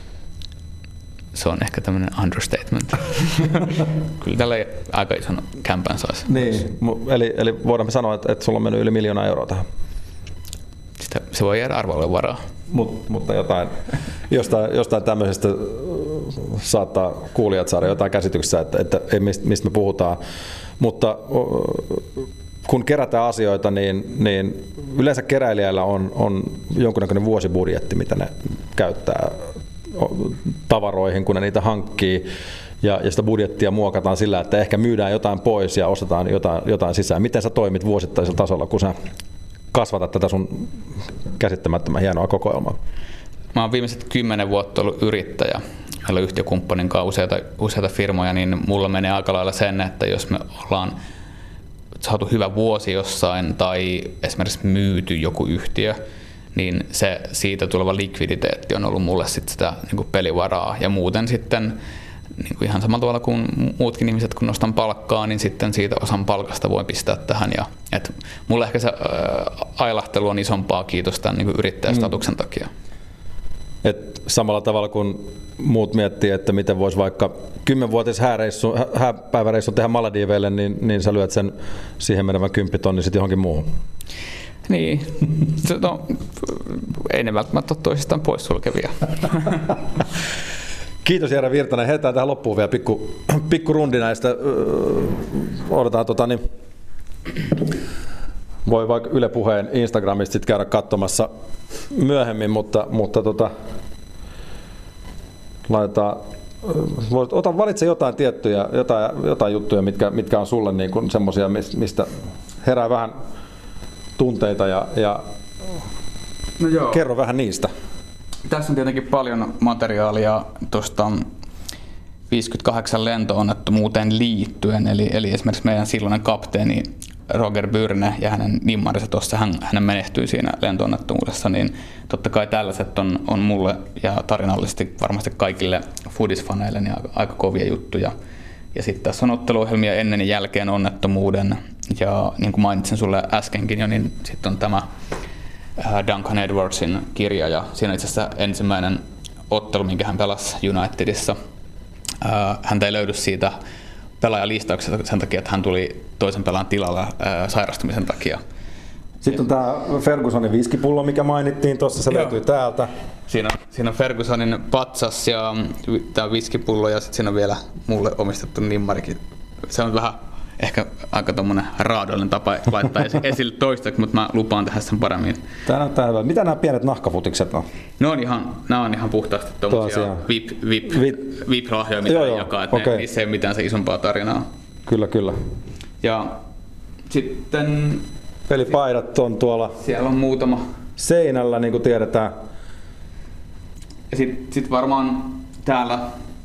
Se on ehkä tämmöinen understatement. Kyllä tällä aika ison kämpän saisi. Niin, eli, eli voidaan sanoa, että, että sulla on mennyt yli miljoona euroa tähän. Sitä se, se voi jäädä arvoille varaa. Mut, mutta jotain, jostain, jostain tämmöisestä saattaa kuulijat saada jotain käsityksessä, että, että ei mistä, mistä me puhutaan. Mutta kun kerätään asioita, niin, niin yleensä keräilijällä on, on jonkunnäköinen vuosibudjetti, mitä ne käyttää tavaroihin, kun ne niitä hankkii. Ja, ja sitä budjettia muokataan sillä, että ehkä myydään jotain pois ja ostetaan jotain, jotain sisään. Miten sä toimit vuosittaisella tasolla, kun sä kasvatat tätä sun käsittämättömän hienoa kokoelmaa? Mä oon viimeiset kymmenen vuotta ollut yrittäjä. Meillä on yhtiökumppanin kanssa useita, useita firmoja, niin mulla menee aika lailla sen, että jos me ollaan saatu hyvä vuosi jossain tai esimerkiksi myyty joku yhtiö, niin se siitä tuleva likviditeetti on ollut mulle sit sitä niin kuin pelivaraa. Ja muuten sitten niin kuin ihan samalla tavalla kuin muutkin ihmiset, kun nostan palkkaa, niin sitten siitä osan palkasta voi pistää tähän. Ja, et mulle ehkä se ää, ailahtelu on isompaa, kiitos tämän niin kuin yrittäjästatuksen mm. takia. Et samalla tavalla kuin muut miettii, että miten voisi vaikka kymmenvuotis hääpäiväreissun tehdä Malediiveille, niin, niin sä lyöt sen siihen menevän kymppitonni sitten johonkin muuhun. Niin, no, ei ne välttämättä ole toisistaan poissulkevia. Kiitos Jere Virtanen. Heitetään tähän loppuun vielä pikku, pikku rundi näistä. Odotetaan, tota, niin voi vaikka Yle Puheen Instagramista sit käydä katsomassa myöhemmin, mutta, mutta tota, laitetaan, ota, valitse jotain tiettyjä, jotain, jotain juttuja, mitkä, mitkä on sulle niin kuin semmosia, mistä herää vähän tunteita ja, ja no joo. Kerro vähän niistä. Tässä on tietenkin paljon materiaalia tuosta viisikymmentäkahdeksan lentoonnettomuuteen liittyen, eli, eli esimerkiksi meidän silloinen kapteeni Roger Byrne ja hänen nimmarinsa tuossa, hän, hän menehtyi siinä lentoonnettomuudessa, niin totta kai tällaiset on, on mulle ja tarinallisesti varmasti kaikille foodisfaneille niin aika, aika kovia juttuja. Ja sitten tässä on otteluohjelmia ennen ja jälkeen onnettomuuden, ja niin kuin mainitsin sulle äskenkin jo, niin sitten on tämä Duncan Edwardsin kirja, ja siinä on itse asiassa ensimmäinen ottelu, minkä hän pelasi Unitedissa. Häntä ei löydy siitä pelaajalistauksesta sen takia, että hän tuli toisen pelaajan tilalla sairastumisen takia. Sitten on tämä Fergusonin viskipullo, mikä mainittiin tuossa, se löytyy täältä. Siinä on, siinä on Fergusonin patsas ja tämä viskipullo, ja sitten siinä on vielä mulle omistettu nimmarikin. Se on vähän ehkä aika tommonen raadollinen tapa laittaa esille toistaiseksi, mutta mä lupaan tehdä sen paremmin. Tää näyttää hyvältä. Mitä nämä pienet nahkafutikset on? Ne on ihan, nämä on ihan puhtaasti tommosia vip, vip, vip-lahjoja, mitä joo, jakaa. Että okay. ne, niissä ei ole mitään se isompaa tarinaa. Kyllä, kyllä. Ja sitten pelipaidat on tuolla siellä on muutama seinällä, niin kuin tiedetään. Ja sitten sit varmaan täällä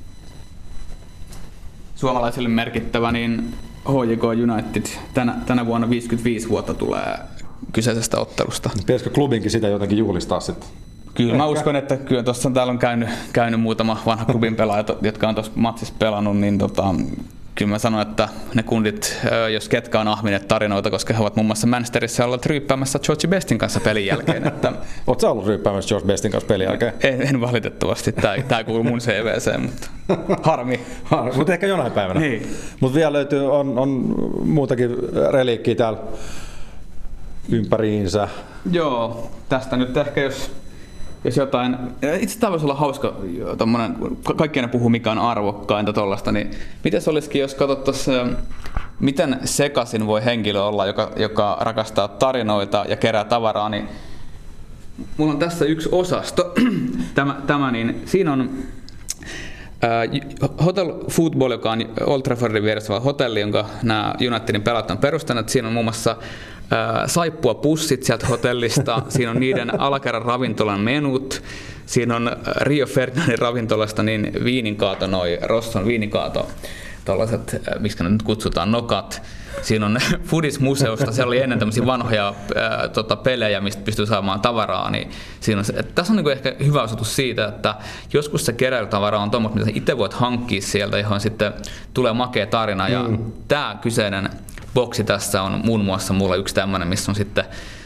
suomalaisille merkittävä, niin H J K United tänä, tänä vuonna viisikymmentäviisi vuotta tulee kyseisestä ottelusta. Pitäisikö klubinkin sitä jotenkin juhlistaa sitten? Kyllä mä uskon, että kyllä tuossa täällä on käynyt, käynyt muutama vanha klubin pelaaja, jotka on tuossa matsissa pelannut, niin tota, kyllä mä sanon, että ne kundit, jos ketkä on ahmineet tarinoita, koska he ovat muun muassa Manchesterissa olleet ryyppäämässä George Bestin kanssa pelin jälkeen. Että ootko sä ollut ryyppäämässä George Bestin kanssa pelin jälkeen? En, en valitettavasti. Tämä, tämä kuuluu mun C V:seen, mutta harmi. harmi. Mutta ehkä jonain päivänä. Niin. Mutta vielä löytyy, on, on muutakin reliikkiä täällä ympäriinsä. Joo, tästä nyt ehkä jos... Jos jotain, itse tämä voisi olla hauska, tommonen, kaikki aina puhuu mikä on arvokkainta tollaista, niin miten se olisikin, jos katsottaisiin, miten sekaisin voi henkilö olla, joka, joka rakastaa tarinoita ja kerää tavaraa, niin mulla on tässä yksi osasto, tämä, tämä niin siinä on äh, Hotel Football, joka on Old Traffordin vieressä hotelli, jonka nämä Unitedin pelaat on perustaneet, siinä on muun muassa saippua pussit sieltä hotellista, siinä on niiden alakerran ravintolan menut, siinä on Rio Ferdinandin ravintolasta niin viininkaato, noi Rosson viininkaato, tuollaiset, miksi ne nyt kutsutaan, nokat. Siinä on Foodis-museosta, siellä oli ennen tämmöisiä vanhoja ää, tota, pelejä, mistä pystyy saamaan tavaraa. Niin siinä on se, että tässä on niin kuin ehkä hyvä osoitus siitä, että joskus se keräilytavara on tuommoista, mitä itse voit hankkia sieltä, johon sitten tulee makea tarina. Ja mm. tämä kyseinen boksi tässä on muun muassa mulla yksi tämmöinen, missä on sitten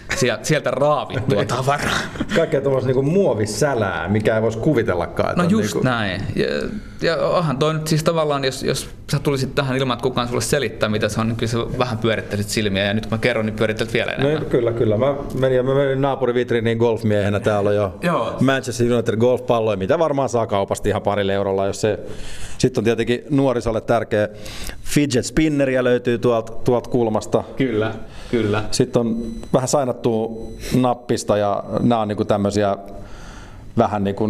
sieltä raavittua tavaraa. Kaikkea tuollaista niinku muovisälää, mikä ei voisi kuvitellakaan. No just niinku... näin. Ja, ja onhan toi nyt siis tavallaan, jos, jos sä tulisit tähän ilman, että kukaan sulle selittää, mitä se on, niin kyllä sä vähän pyörittäisit silmiä, ja nyt kun mä kerron, niin pyörittelet vielä enemmän. No, kyllä, kyllä. Mä menin, mä menin naapurivitriiniin golfmiehenä, täällä on jo Joo. Manchester United golfpalloja, mitä varmaan saa kaupasta ihan parilla eurolla, jos se... Sitten on tietenkin nuorisolle tärkeä fidget spinneriä löytyy tuolta, tuolta kulmasta. Kyllä, kyllä. Sitten on vähän sainattua nappista ja nämä on niinku tämmöisiä vähän niinku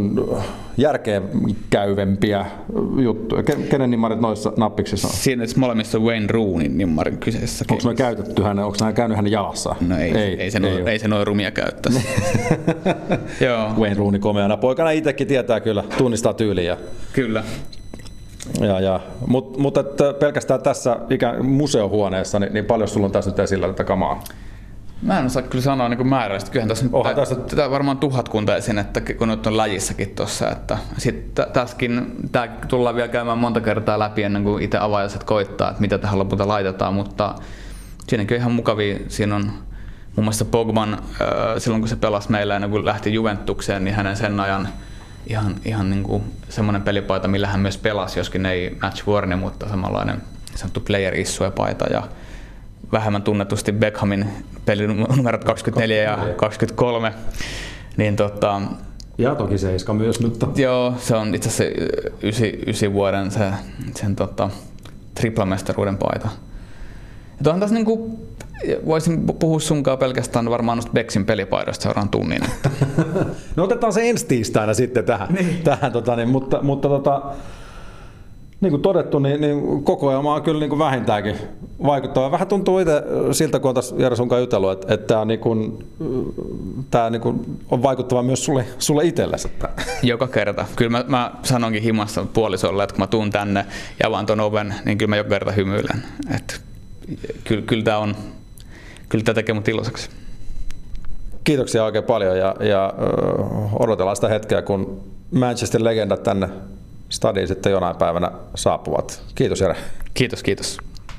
järkeenkäyvempiä juttuja. Kenen nimmarit noissa nappiksissa on? Siinä molemmissa Wayne Rooneyn nimmarin kyseessä. Onko ne käytetty hänen, onko hän käynyt hänen jalassa? No ei, ei, ei, se, ei, noin, ei se noin rumia käyttäisi. Joo. Wayne Rooney komeana poikana itsekin tietää kyllä, tunnistaa tyyliä. Kyllä. Ja, ja, Mutta mut, pelkästään tässä ikään museohuoneessa, niin, niin paljon sulla on tässä nyt esillä tätä kamaa? Mä en osaa kyllä sanoa niin määrällisesti. Kyllähän tässä Oha, nyt tässä... tätä varmaan tuhatkunta esinettä, kun nyt on lajissakin tuossa. Että sitten tässäkin tää tullaan vielä käymään monta kertaa läpi ennen kuin itse avajaiset koittaa, että mitä tähän lopulta laitetaan. Mutta siinäkin on ihan mukavia. Siinä on muun muassa Pogban, silloin kun se pelasi meillä ennen kuin lähti Juventukseen, niin hänen sen ajan ihan, ihan niin kuin semmoinen pelipaita, millä hän myös pelasi, joskin ei match worn, mutta samanlainen sanottu player issue paita. Ja vähemmän tunnetusti Beckhamin pelinumerot kaksikymmentäneljä ja kaksikymmentäkolme. Niin tota, ja toki seiska myös, mutta... Joo, se on itse asiassa yhdeksän vuoden se, sen tota, triplamestaruuden paita. Ja onhan tässä niinku, voisin puhua sunkaan pelkästään varmaan noista Becksin pelipaidoista seuraan tunnin. Että. No otetaan se ensi tiistaina sitten tähän, niin. tähän tota, niin, mutta, mutta tota, niin kuin todettu, niin, niin kokoelma on kyllä niin kuin vähintäänkin vaikuttava. Vähän tuntuu itse siltä, kun on tässä Jere sunkaan jutellut, että, että tämä, niin kuin, tämä niin kuin on vaikuttava myös sulle, sulle itsellesi. Joka kerta. Kyllä mä, mä sanonkin himassa puolisolle, että kun mä tuun tänne ja avaan ton oven, niin kyllä mä joka kerta hymyilen. Että kyllä, kyllä tämä on, kyllä tämä tekee mut iloiseksi. Kiitoksia oikein paljon ja, ja odotellaan sitä hetkeä, kun Manchester-legendat tänne stadiin sitten jonain päivänä saapuvat. Kiitos Jere. Kiitos, kiitos.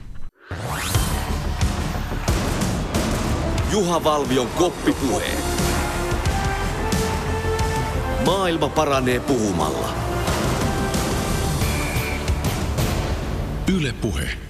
Juha Valvion koppipuheet. Maailma paranee puhumalla. Yle Puhe.